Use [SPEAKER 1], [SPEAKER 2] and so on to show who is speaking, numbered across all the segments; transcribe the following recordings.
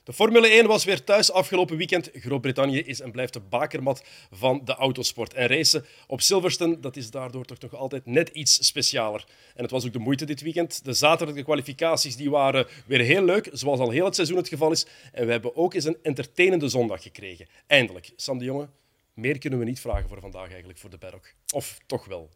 [SPEAKER 1] De Formule 1 was weer thuis afgelopen weekend. Groot-Brittannië is en blijft de bakermat van de autosport. En racen op Silverstone, dat is daardoor toch nog altijd net iets specialer. En het was ook de moeite dit weekend. De zaterdag kwalificaties die waren weer heel leuk, zoals al heel het seizoen het geval is. En we hebben ook eens een entertainende zondag gekregen. Eindelijk. Sam de Jonge, meer kunnen we niet vragen voor vandaag eigenlijk, voor de paddock. Of toch wel?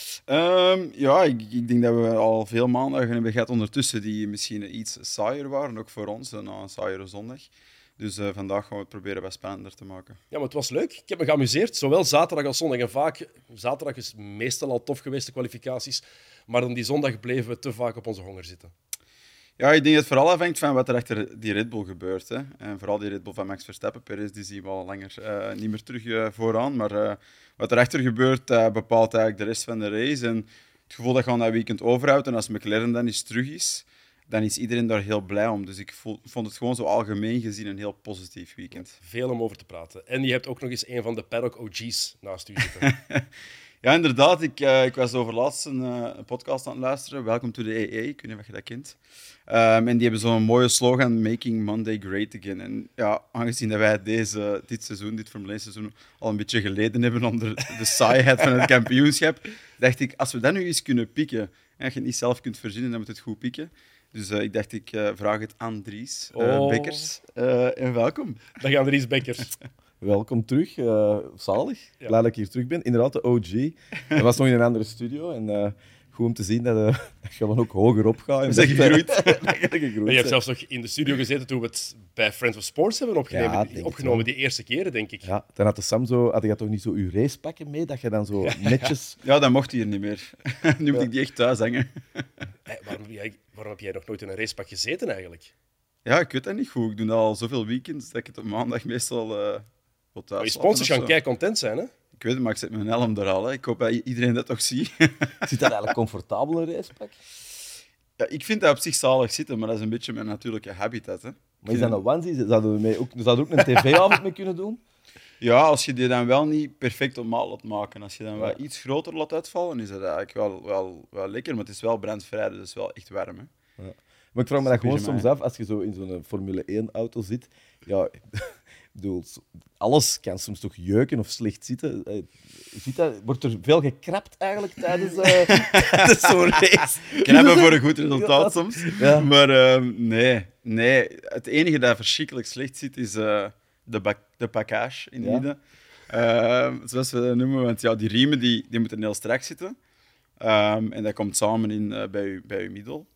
[SPEAKER 2] Ik denk dat we al veel maandagen hebben gehad ondertussen die misschien iets saaier waren, ook voor ons, na een saaiere zondag. Dus vandaag gaan we het proberen wat spannender te maken.
[SPEAKER 1] Ja, maar het was leuk. Ik heb me geamuseerd, zowel zaterdag als zondag. En vaak, zaterdag is meestal al tof geweest, de kwalificaties. Maar dan die zondag bleven we te vaak op onze honger zitten.
[SPEAKER 2] Ja, ik denk dat het vooral afhangt van wat er achter die Red Bull gebeurt. Hè. En vooral die Red Bull van Max Verstappen. Perez die zien we al langer niet meer terug vooraan. Maar wat er achter gebeurt, bepaalt eigenlijk de rest van de race. En het gevoel dat gewoon dat weekend overhoudt. En als McLaren dan eens terug is, dan is iedereen daar heel blij om. Dus ik vond het gewoon zo algemeen gezien een heel positief weekend.
[SPEAKER 1] Veel om over te praten. En je hebt ook nog eens een van de paddock OG's naast u zitten.
[SPEAKER 2] Ja, inderdaad. Ik was overlaatst een podcast aan het luisteren. Welcome to the AA. Ik weet niet of je dat kent. En die hebben zo'n mooie slogan, Making Monday Great Again. En ja, aangezien dat wij dit seizoen, dit Formule 1 seizoen, al een beetje geleden hebben onder de saaiheid van het kampioenschap, dacht ik, als we dat nu eens kunnen pikken, en als je het niet zelf kunt verzinnen, dan moet het goed pikken. Dus ik dacht, ik vraag het aan Dries Bekkers. En welkom.
[SPEAKER 1] Dag Andries Bekkers.
[SPEAKER 3] Welkom terug, zalig.
[SPEAKER 1] Ja.
[SPEAKER 3] Blij dat ik hier terug ben. Inderdaad, de OG. Dat was nog in een andere studio en goed om te zien dat je dan ook hoger op gaat.
[SPEAKER 2] We zijn gegroeid.
[SPEAKER 1] Je hebt zelfs nog in de studio gezeten toen we het bij Friends of Sports hebben opgenomen die eerste keren, denk ik.
[SPEAKER 3] Ja, dan had de Sam zo, had je toch niet zo je racepakken mee, dat je dan zo netjes...
[SPEAKER 2] Ja, dat mocht hier niet meer. Nu moet ik die echt thuis hangen.
[SPEAKER 1] Waarom heb jij nog nooit in een racepak gezeten eigenlijk?
[SPEAKER 2] Ja, ik weet dat niet goed. Ik doe dat al zoveel weekends dat ik het op maandag meestal wil thuis
[SPEAKER 1] Maar je sponsors gaan kei content zijn, hè?
[SPEAKER 2] Ik weet het, maar ik zet mijn helm er al. Hè. Ik hoop dat iedereen dat toch ziet.
[SPEAKER 3] Zit dat eigenlijk comfortabel, een racepak?
[SPEAKER 2] Ja, ik vind dat op zich zalig zitten, maar dat is een beetje mijn natuurlijke habitat. Hè.
[SPEAKER 3] Maar is dat een onesie? Zouden we ook een tv-avond mee kunnen doen?
[SPEAKER 2] Ja, als je die dan wel niet perfect op maat laat maken. Als je dan wel iets groter laat uitvallen, is dat eigenlijk wel lekker. Maar het is wel brandvrij, dus het is wel echt warm. Hè.
[SPEAKER 3] Ja. Maar ik vraag me dat gewoon soms af, als je zo in zo'n Formule 1-auto zit. Ja, ik bedoel, alles kan soms toch jeuken of slecht zitten. Wordt er veel gekrapt eigenlijk tijdens zo'n race?
[SPEAKER 2] Krabben voor een goed resultaat soms.
[SPEAKER 3] Ja.
[SPEAKER 2] Maar nee. Het enige dat verschrikkelijk slecht zit, is de package in het midden. Zoals we dat noemen. Want ja, die riemen die moeten heel strak zitten. En dat komt samen bij je middel.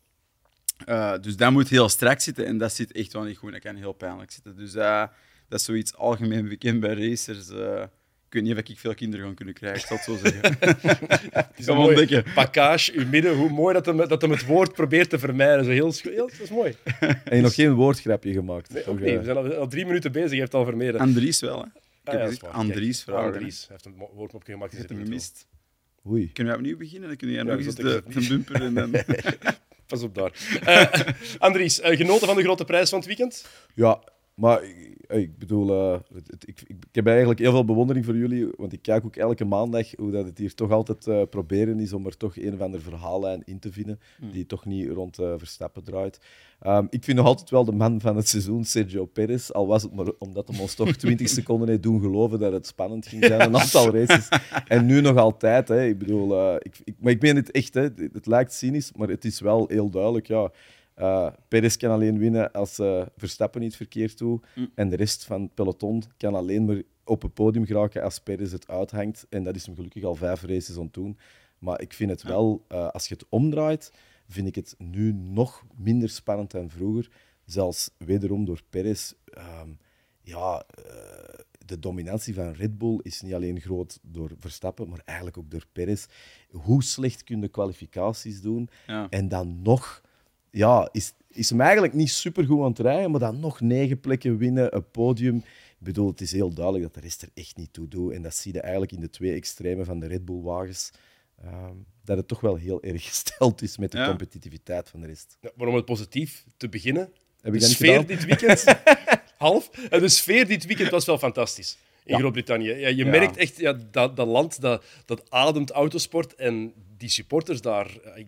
[SPEAKER 2] Dus dat moet heel strak zitten en dat zit echt wel niet goed. Dat kan heel pijnlijk zitten. Dus dat is zoiets algemeen bekend bij racers. Ik weet niet of ik veel kinderen ga kunnen krijgen, ik zal het zo zeggen.
[SPEAKER 1] Het is een mooie package, uw midden, hoe mooi dat hem het woord probeert te vermijden. Zo heel, dat is mooi.
[SPEAKER 3] En je nog geen woordgrapje gemaakt?
[SPEAKER 1] Nee, ook niet. We zijn al 3 minuten bezig, je hebt het al vermeden.
[SPEAKER 2] Andries wel, hè. Ik heb gezegd,
[SPEAKER 1] waar.
[SPEAKER 2] Andries vragen.
[SPEAKER 1] Andries heeft een woordmopje gemaakt.
[SPEAKER 2] Je hebt hem gemist.
[SPEAKER 3] Oei.
[SPEAKER 2] Kunnen we opnieuw beginnen? Dan kun je nog eens de bumper en dan...
[SPEAKER 1] Pas op daar. Andries, genoten van de grote prijs van het weekend?
[SPEAKER 3] Ja, maar ik bedoel, ik heb eigenlijk heel veel bewondering voor jullie, want ik kijk ook elke maandag hoe dat het hier toch altijd proberen is om er toch een of ander verhaallijn in te vinden, die toch niet rond Verstappen draait. Ik vind nog altijd wel de man van het seizoen, Sergio Perez, al was het maar omdat hij ons toch 20 seconden heeft doen geloven dat het spannend ging zijn, een aantal races. En nu nog altijd. Hè. Ik bedoel, maar ik meen het echt, hè. Het lijkt cynisch, maar het is wel heel duidelijk, ja. Perez kan alleen winnen als Verstappen niet verkeerd doet. En de rest van het peloton kan alleen maar op het podium geraken als Perez het uithangt. En dat is hem gelukkig al 5 races aan het doen. Maar ik vind het wel, als je het omdraait, vind ik het nu nog minder spannend dan vroeger. Zelfs wederom door Perez. De dominantie van Red Bull is niet alleen groot door Verstappen, maar eigenlijk ook door Perez. Hoe slecht kun je kwalificaties doen?
[SPEAKER 2] Ja.
[SPEAKER 3] En dan nog... Ja, is hem eigenlijk niet supergoed aan het rijden, maar dan nog 9 plekken winnen, een podium. Ik bedoel, het is heel duidelijk dat de rest er echt niet toe doet. En dat zie je eigenlijk in de 2 extremen van de Red Bull-wagens. Dat het toch wel heel erg gesteld is met de competitiviteit van de rest.
[SPEAKER 1] Ja, maar om het positief te beginnen,
[SPEAKER 3] Heb
[SPEAKER 1] de
[SPEAKER 3] ik dat niet
[SPEAKER 1] sfeer
[SPEAKER 3] gedaan?
[SPEAKER 1] dit weekend... De sfeer dit weekend was wel fantastisch. In Groot-Brittannië. Ja, je merkt echt, dat land dat ademt autosport en die supporters daar...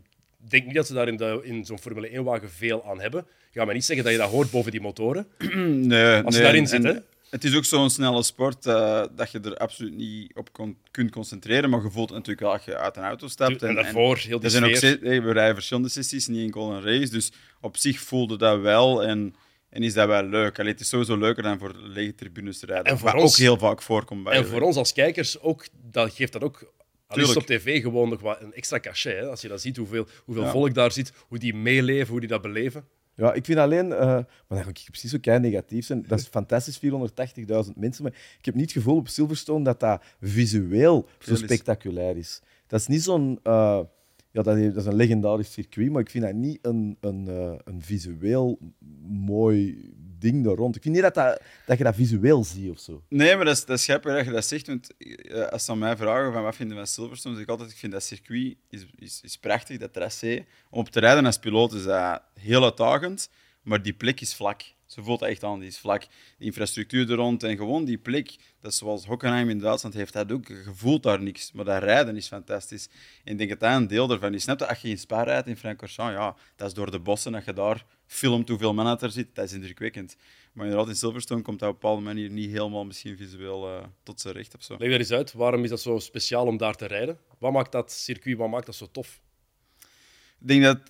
[SPEAKER 1] denk niet dat ze daar in zo'n Formule 1-wagen veel aan hebben. Je gaat mij niet zeggen dat je dat hoort boven die motoren.
[SPEAKER 2] Nee,
[SPEAKER 1] Als je daarin zit, hè?
[SPEAKER 2] Het is ook zo'n snelle sport dat je er absoluut niet op kunt concentreren. Maar je voelt het natuurlijk wel als je uit een auto stapt.
[SPEAKER 1] En daarvoor, heel die
[SPEAKER 2] er zijn ook
[SPEAKER 1] sfeer.
[SPEAKER 2] we rijden verschillende sessies, niet enkel een race. Dus op zich voelde dat wel en is dat wel leuk. Allee, het is sowieso leuker dan voor lege tribunes te rijden.
[SPEAKER 1] En voor
[SPEAKER 2] wat
[SPEAKER 1] ons-
[SPEAKER 2] ook heel vaak voorkomt bij
[SPEAKER 1] En voor ons als kijkers ook, dat geeft dat ook... Al is het op
[SPEAKER 2] Tuurlijk.
[SPEAKER 1] tv gewoon nog wat een extra cachet. Hè? Als je dat ziet, hoeveel
[SPEAKER 2] Ja.
[SPEAKER 1] volk daar zit, hoe die meeleven, hoe die dat beleven.
[SPEAKER 3] Ja, ik vind alleen, maar dan ga ik precies zo kei negatief zijn. Dat is fantastisch, 480.000 mensen. Maar ik heb niet het gevoel op Silverstone dat dat visueel zo
[SPEAKER 2] Veel is.
[SPEAKER 3] spectaculair is. Dat is niet zo'n. Ja, dat is een legendarisch circuit, maar ik vind dat niet een visueel mooi ding daar rond. Ik vind niet dat je dat visueel ziet of zo.
[SPEAKER 2] Nee, maar dat is grappig dat je dat zegt. Want als ze aan mij vragen van wat vinden we van Silverstone, zeg ik altijd, ik vind dat circuit is prachtig, dat tracé. Om op te rijden als piloot is dat heel uitdagend, maar die plek is vlak. Ze voelt dat echt aan, die is vlak. De infrastructuur er rond en gewoon die plek, dat is zoals Hockenheim in Duitsland heeft dat ook. Je voelt daar niks, maar dat rijden is fantastisch. En ik denk dat dat een deel daarvan is. Snap je, als je in Spa rijdt in Francorchamps, ja, dat is door de bossen, dat je daar filmt hoeveel mannen er zit, dat is indrukwekkend. Maar inderdaad, in Silverstone komt dat op een bepaalde manier niet helemaal misschien visueel tot zijn recht of zo.
[SPEAKER 1] Leg daar eens uit, waarom is dat zo speciaal om daar te rijden? Wat maakt dat circuit, wat maakt dat zo tof?
[SPEAKER 2] Ik denk dat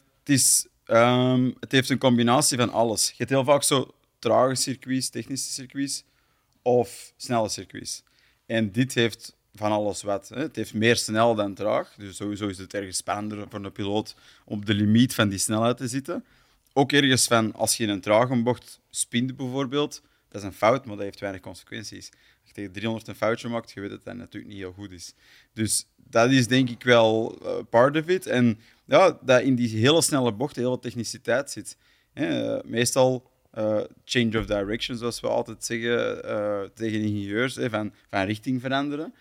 [SPEAKER 2] het heeft een combinatie van alles. Je hebt heel vaak zo trage circuits, technische circuits of snelle circuits. En dit heeft van alles wat. Hè. Het heeft meer snel dan traag. Dus sowieso is het ergens spannender voor een piloot om op de limiet van die snelheid te zitten. Ook ergens van, als je in een trage bocht spint bijvoorbeeld, dat is een fout, maar dat heeft weinig consequenties. Als je tegen 300 een foutje maakt, je weet dat dat natuurlijk niet heel goed is. Dus dat is denk ik wel part of it. En ja, dat in die hele snelle bochten heel veel techniciteit zit. Meestal change of direction, zoals we altijd zeggen tegen ingenieurs, van richting veranderen.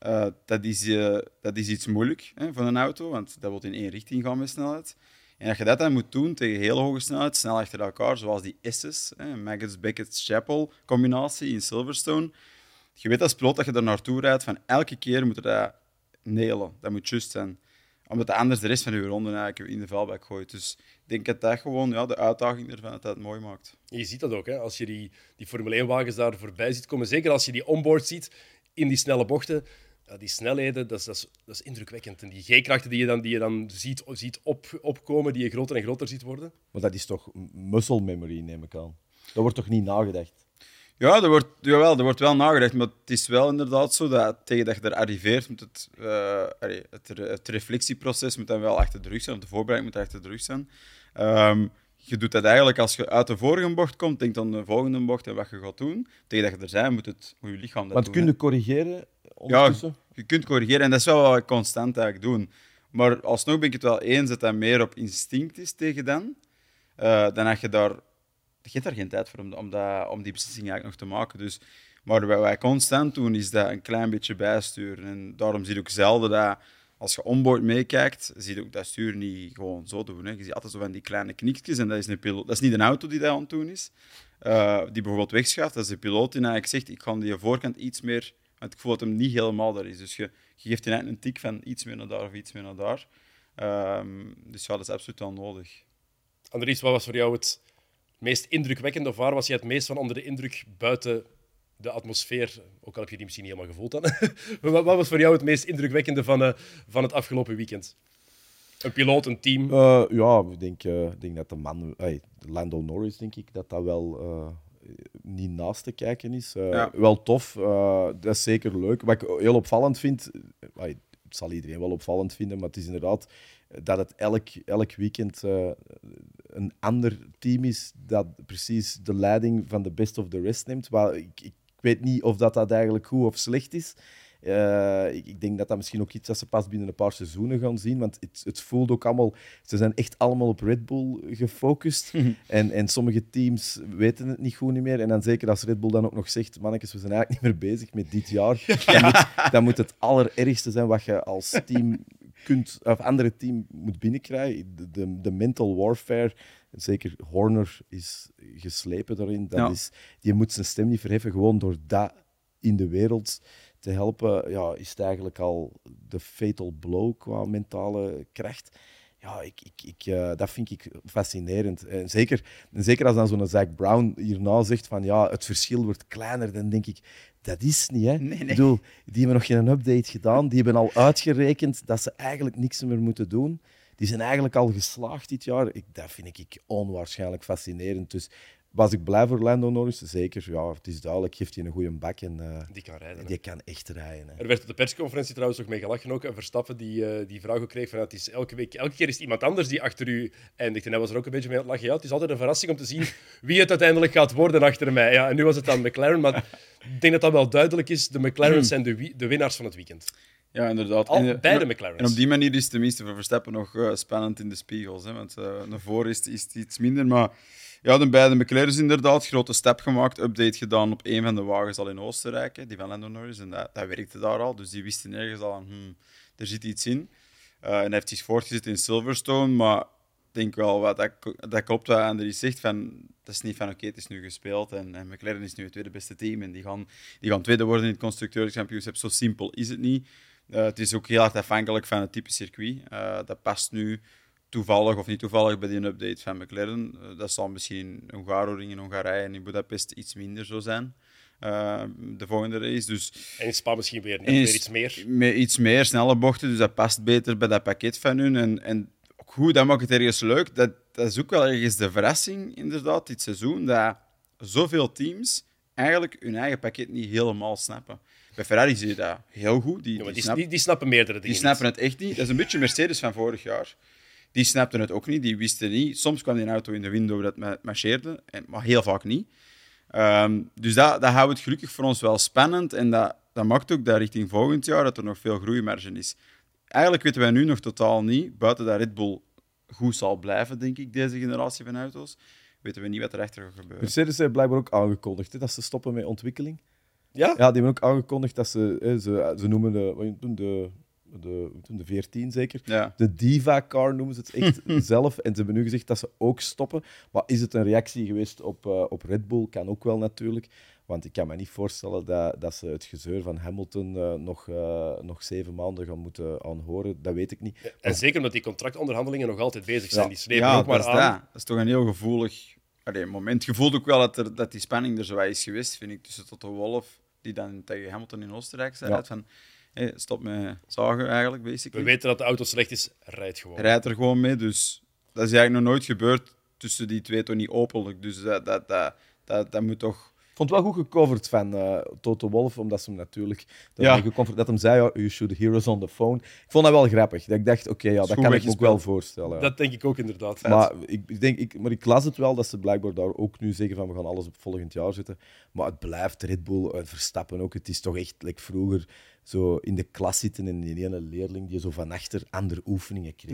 [SPEAKER 2] Dat is iets moeilijk van een auto, want dat wil in één richting gaan met snelheid. En als je dat dan moet doen tegen hele hoge snelheid, snel achter elkaar, zoals die S's, Maggots, Beckett, Chapel combinatie in Silverstone. Je weet als piloot dat je er naartoe rijdt, van elke keer moet je dat nailen. Dat moet juist zijn. Omdat dat anders de rest van je ronde eigenlijk in de vuilbak gooit. Dus ik denk dat dat gewoon de uitdaging ervan dat het mooi maakt.
[SPEAKER 1] Je ziet dat ook, hè? Als je die Formule 1-wagens daar voorbij ziet komen. Zeker als je die onboard ziet in die snelle bochten. Ja, die snelheden, dat is indrukwekkend. En die G-krachten die je dan ziet opkomen, die je groter en groter ziet worden.
[SPEAKER 3] Maar dat is toch muscle memory, neem ik aan. Daar wordt toch niet nagedacht?
[SPEAKER 2] Ja, er wordt wel nagedacht, maar het is wel inderdaad zo dat tegen dat je er arriveert, moet het reflectieproces moet dan wel achter de rug zijn, of de voorbereiding moet achter de rug zijn. Je doet dat eigenlijk als je uit de vorige bocht komt, denk aan de volgende bocht en wat je gaat doen. Tegen dat je er bent, moet je lichaam dat
[SPEAKER 3] Want
[SPEAKER 2] doen.
[SPEAKER 3] kun je corrigeren ondertussen?
[SPEAKER 2] Je kunt corrigeren en dat is wel wat ik constant eigenlijk doen. Maar alsnog ben ik het wel eens dat dat meer op instinct is tegen dan als je daar... Je hebt daar geen tijd voor om die beslissing eigenlijk nog te maken. Dus, maar wat wij constant doen, is dat een klein beetje bijsturen. En daarom zie je ook zelden dat als je onboard meekijkt, zie je ook dat stuur niet gewoon zo doen. Hè. Je ziet altijd zo van die kleine knikjes en dat is een piloot. Dat is niet een auto die dat aan het doen is. Die bijvoorbeeld wegschuift. Dat is de piloot die eigenlijk zegt, ik ga die voorkant iets meer... Want ik voel dat hem niet helemaal daar is. Dus je geeft hem een tik van iets meer naar daar of iets meer naar daar. Dus ja, dat is absoluut wel nodig.
[SPEAKER 1] Andries, wat was voor jou het meest indrukwekkende? Of waar was je het meest van onder de indruk buiten de atmosfeer? Ook al heb je die misschien niet helemaal gevoeld dan. Maar wat was voor jou het meest indrukwekkende van het afgelopen weekend? Een piloot, een team?
[SPEAKER 3] Ja, ik denk dat Lando Norris, denk ik, dat wel niet naast te kijken is. Wel tof, dat is zeker leuk. Wat ik heel opvallend vind, het zal iedereen wel opvallend vinden, maar het is inderdaad dat het elk weekend een ander team is dat precies de leiding van de best of the rest neemt. Ik weet niet of dat eigenlijk goed of slecht is. Ik denk dat dat misschien ook iets dat ze pas binnen een paar seizoenen gaan zien, want het voelt ook allemaal... Ze zijn echt allemaal op Red Bull gefocust en sommige teams weten het niet goed meer. En dan zeker als Red Bull dan ook nog zegt, mannetjes, we zijn eigenlijk niet meer bezig met dit jaar. Dan moet het allerergste zijn wat je als team of andere team moet binnenkrijgen. De mental warfare, zeker Horner is geslepen daarin. Die moet zijn stem niet verheffen, gewoon door dat in de wereld te helpen, is het eigenlijk al de fatal blow qua mentale kracht. Ja, dat vind ik fascinerend. En zeker als dan zo'n Zac Brown hierna zegt van ja, het verschil wordt kleiner, dan denk ik, dat is niet. Hè.
[SPEAKER 2] Nee.
[SPEAKER 3] Ik bedoel, die hebben nog geen update gedaan. Die hebben al uitgerekend dat ze eigenlijk niks meer moeten doen. Die zijn eigenlijk al geslaagd dit jaar. Dat vind ik onwaarschijnlijk fascinerend. Dus was ik blij voor Lando Norris? Zeker. Ja, het is duidelijk, geeft hij een goede bak en
[SPEAKER 1] Die kan rijden.
[SPEAKER 3] die kan echt rijden. Hè.
[SPEAKER 1] Er werd op de persconferentie trouwens ook mee gelachen ook. En Verstappen die vraag ook kreeg van het is elke keer is het iemand anders die achter u eindigt. En hij was er ook een beetje mee aan het lachen. Ja, het is altijd een verrassing om te zien wie het uiteindelijk gaat worden achter mij. Ja, en nu was het dan McLaren, maar ik denk dat dat wel duidelijk is. De McLaren's zijn de winnaars van het weekend.
[SPEAKER 2] Ja, inderdaad.
[SPEAKER 1] Beide McLaren's.
[SPEAKER 2] En op die manier is het tenminste voor Verstappen nog spannend in de spiegels. Hè, want naar voren is het iets minder. Maar ja, de beide McLaren's inderdaad. Grote stap gemaakt. Update gedaan op een van de wagens al in Oostenrijk. Hè, die van Lando Norris. En dat werkte daar al. Dus die wisten nergens al aan, er zit iets in. En hij heeft zich voortgezet in Silverstone. Maar ik denk wel, dat klopt wat Andries zegt. Van, dat is niet van oké, het is nu gespeeld. En McLaren is nu het tweede beste team. En die gaan tweede worden in het constructeurskampioenschap. Zo simpel is het niet. Het is ook heel erg afhankelijk van het type circuit. Dat past nu toevallig of niet toevallig bij die update van McLaren. Dat zal misschien in Hungaroring, in Hongarije en in Budapest iets minder zo zijn. De volgende race. Dus,
[SPEAKER 1] en in Spa misschien weer iets meer.
[SPEAKER 2] Iets meer, snelle bochten. Dus dat past beter bij dat pakket van hun. En ook goed, dat maakt het ergens leuk. Dat is ook wel ergens de verrassing, inderdaad, dit seizoen. Dat zoveel teams eigenlijk hun eigen pakket niet helemaal snappen. Bij Ferrari zie je dat heel goed.
[SPEAKER 1] Die snappen meerdere dingen.
[SPEAKER 2] Die snappen het echt niet. Dat is een beetje Mercedes van vorig jaar. Die snapten het ook niet, die wisten niet. Soms kwam die auto in de window dat het marcheerde, maar heel vaak niet. Dus dat houdt het gelukkig voor ons wel spannend. En dat maakt ook dat richting volgend jaar dat er nog veel groeimarge is. Eigenlijk weten wij nu nog totaal niet, buiten dat Red Bull goed zal blijven, denk ik, deze generatie van auto's, weten we niet wat erachter gaat gebeuren.
[SPEAKER 3] Mercedes heeft blijkbaar ook aangekondigd dat ze stoppen met ontwikkeling.
[SPEAKER 1] Ja?
[SPEAKER 3] Ja, die hebben ook aangekondigd dat ze noemen de 14 zeker.
[SPEAKER 2] Ja.
[SPEAKER 3] De Diva-car noemen ze het echt zelf. En ze hebben nu gezegd dat ze ook stoppen. Maar is het een reactie geweest op Red Bull? Kan ook wel natuurlijk. Want ik kan me niet voorstellen dat ze het gezeur van Hamilton nog 7 maanden gaan moeten aanhoren. Dat weet ik niet.
[SPEAKER 1] Ja, en zeker omdat die contractonderhandelingen nog altijd bezig zijn. Die slepen
[SPEAKER 2] ja,
[SPEAKER 1] ook maar aan.
[SPEAKER 2] Dat is toch een heel gevoelig moment. Je voelt ook wel dat die spanning er zo wat is geweest, vind ik, tussen Toto Wolff, die dan tegen Hamilton in Oostenrijk zei van hey, stop met zagen eigenlijk, basically.
[SPEAKER 1] We weten dat de auto slecht is, rijdt gewoon.
[SPEAKER 2] Rijdt er gewoon mee, dus dat is eigenlijk nog nooit gebeurd tussen die twee, toch niet openlijk. Dus dat moet toch...
[SPEAKER 3] Ik vond het wel goed gecoverd van Toto Wolff, omdat ze hem natuurlijk dat hem zei, you should hear us on the phone. Ik vond dat wel grappig. Dat ik dacht, oké, dat kan ik me ook wel voorstellen. Ja.
[SPEAKER 1] Dat denk ik ook inderdaad.
[SPEAKER 3] Maar ik las het wel, dat ze blijkbaar daar ook nu zeggen van we gaan alles op volgend jaar zetten. Maar het blijft Red Bull, Verstappen ook. Het is toch echt like vroeger zo in de klas zitten en die ene leerling die zo van achter andere oefeningen kreeg.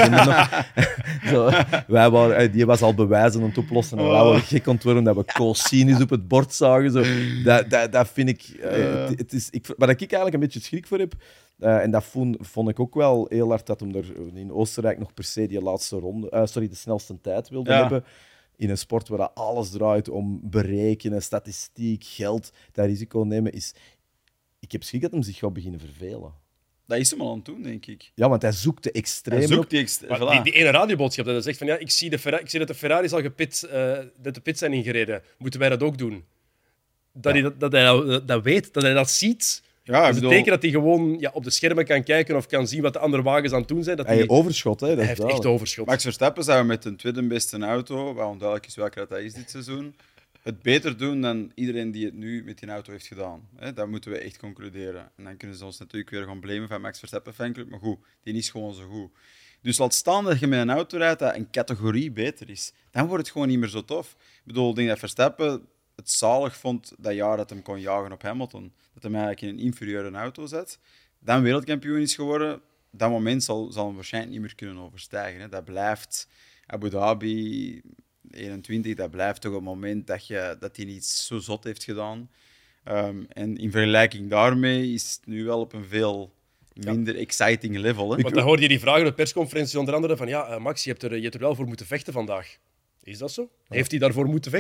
[SPEAKER 3] Ja. Die was al bewijzen aan het oplossen. En we waren gek ontworpen dat we cosinus op het bord zagen. Zo. Dat vind ik... Waar ik eigenlijk een beetje schrik voor heb, en dat vond ik ook wel heel hard, dat hem er in Oostenrijk nog per se die laatste ronde... de snelste tijd wilde hebben. In een sport waar alles draait om berekenen, statistiek, geld, dat risico nemen, is... Ik heb schrik dat hem zich gaat beginnen vervelen.
[SPEAKER 2] Dat is hem al aan het doen, denk ik.
[SPEAKER 3] Ja, want hij zoekt de extreem.
[SPEAKER 1] Die ene radioboodschap, dat hij zegt van ja, ik zie dat de Ferraris al dat de pit zijn ingereden. Moeten wij dat ook doen? Dat hij dat weet, dat hij dat ziet.
[SPEAKER 2] Ja,
[SPEAKER 1] dat is het teken dat hij gewoon op de schermen kan kijken of kan zien wat de andere wagens aan het doen zijn. Dat
[SPEAKER 3] hij overschot, hè?
[SPEAKER 1] Hij heeft echt overschot.
[SPEAKER 2] Max Verstappen zou met een tweede beste auto, waar onduidelijk is welke dat is dit seizoen, het beter doen dan iedereen die het nu met die auto heeft gedaan. Dat moeten we echt concluderen. En dan kunnen ze ons natuurlijk weer gaan blamen van Max Verstappen fanclub, maar goed, die is gewoon zo goed. Dus laat staan dat je met een auto rijdt dat een categorie beter is. Dan wordt het gewoon niet meer zo tof. Ik bedoel, ik denk dat Verstappen het zalig vond dat jaar dat hem kon jagen op Hamilton. Dat hij eigenlijk in een inferieure auto zet. Dan wereldkampioen is geworden. Dat moment zal hem waarschijnlijk niet meer kunnen overstijgen. Dat blijft Abu Dhabi 21, dat blijft toch een moment dat hij iets zo zot heeft gedaan. En in vergelijking daarmee is het nu wel op een veel minder exciting level. Hè?
[SPEAKER 1] Want dan hoorde je die vragen op de persconferentie onder andere van Max, je hebt er wel voor moeten vechten vandaag. Is dat zo? Heeft hij daarvoor moeten vechten?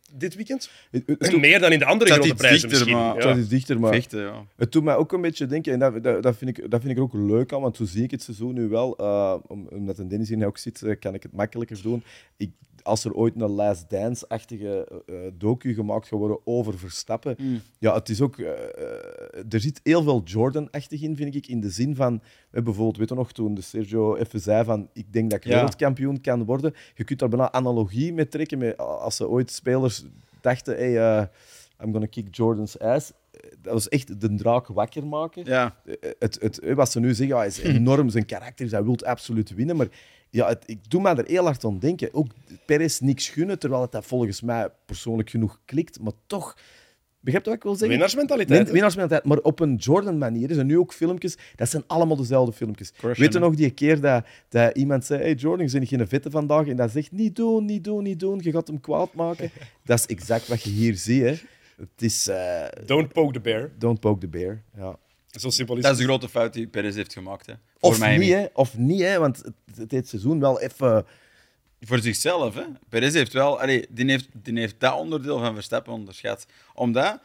[SPEAKER 1] dit weekend?
[SPEAKER 3] Het
[SPEAKER 1] Meer dan in de andere
[SPEAKER 2] Dat
[SPEAKER 1] grote
[SPEAKER 2] iets
[SPEAKER 1] prijzen
[SPEAKER 2] dichter,
[SPEAKER 1] misschien.
[SPEAKER 2] maar-
[SPEAKER 1] Ja.
[SPEAKER 3] dat is dichter, maar
[SPEAKER 2] Vechten, ja.
[SPEAKER 3] het doet mij ook een beetje denken, en dat vind ik er ook leuk aan, want zo zie ik het seizoen nu wel. Omdat een Dennis hier ook zit, kan ik het makkelijker doen. Als er ooit een Last Dance-achtige docu gemaakt gaat worden over Verstappen, ja, het is ook... er zit heel veel Jordan-achtig in, vind ik, in de zin van... bijvoorbeeld, weet je nog, toen de Sergio even zei van ik denk dat ik
[SPEAKER 2] Ja.
[SPEAKER 3] wereldkampioen kan worden. Je kunt daar bijna analogie mee trekken met als ze ooit spelers dachten, hey, I'm gonna kick Jordan's ass. Dat was echt de draak wakker maken.
[SPEAKER 2] Ja.
[SPEAKER 3] Wat ze nu zeggen, hij is enorm, zijn karakter is, hij wil absoluut winnen. Maar ja, ik doe me er heel hard aan denken. Ook Perez niks gunnen, terwijl het dat volgens mij persoonlijk genoeg klikt. Maar toch, begrijp je wat ik wil zeggen?
[SPEAKER 1] Winnaarsmentaliteit. hè?
[SPEAKER 3] Winnaarsmentaliteit, maar op een Jordan-manier. Er zijn nu ook filmpjes, dat zijn allemaal dezelfde filmpjes.
[SPEAKER 2] Crushen,
[SPEAKER 3] Weet je
[SPEAKER 2] hè?
[SPEAKER 3] nog die keer dat iemand zei: Hey Jordan, je bent geen vette vandaag. En dat zegt: niet doen, niet doen, niet doen. Je gaat hem kwaad maken. Dat is exact wat je hier ziet. Hè. Het is.
[SPEAKER 1] Don't poke the bear.
[SPEAKER 3] Don't poke the bear. Ja.
[SPEAKER 1] Zo simpel is
[SPEAKER 2] Dat is
[SPEAKER 1] het.
[SPEAKER 2] de grote fout die Perez heeft gemaakt. Hè. Voor Miami.
[SPEAKER 3] Of niet, hè, want het heeft seizoen wel even.
[SPEAKER 2] Voor zichzelf. Hè. Perez heeft wel... die heeft dat onderdeel van Verstappen onderschat. Omdat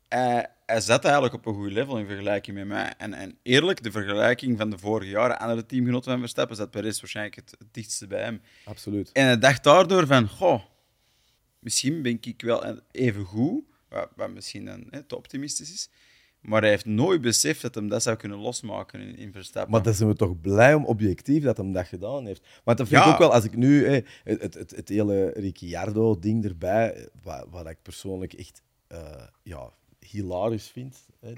[SPEAKER 2] hij zat eigenlijk op een goed level in vergelijking met mij. En eerlijk, de vergelijking van de vorige jaren, andere teamgenoten van Verstappen, zat Perez waarschijnlijk het dichtste bij hem.
[SPEAKER 3] Absoluut.
[SPEAKER 2] En hij dacht daardoor van... Goh, misschien ben ik wel even goed, wat misschien dan te optimistisch is. Maar hij heeft nooit beseft dat hij dat zou kunnen losmaken in Verstappen.
[SPEAKER 3] Maar dan zijn we toch blij om objectief dat hem dat gedaan heeft. Want dat vind ik
[SPEAKER 2] Ja.
[SPEAKER 3] ook wel, als ik nu het hele Ricciardo-ding erbij, wat ik persoonlijk echt hilarisch vind,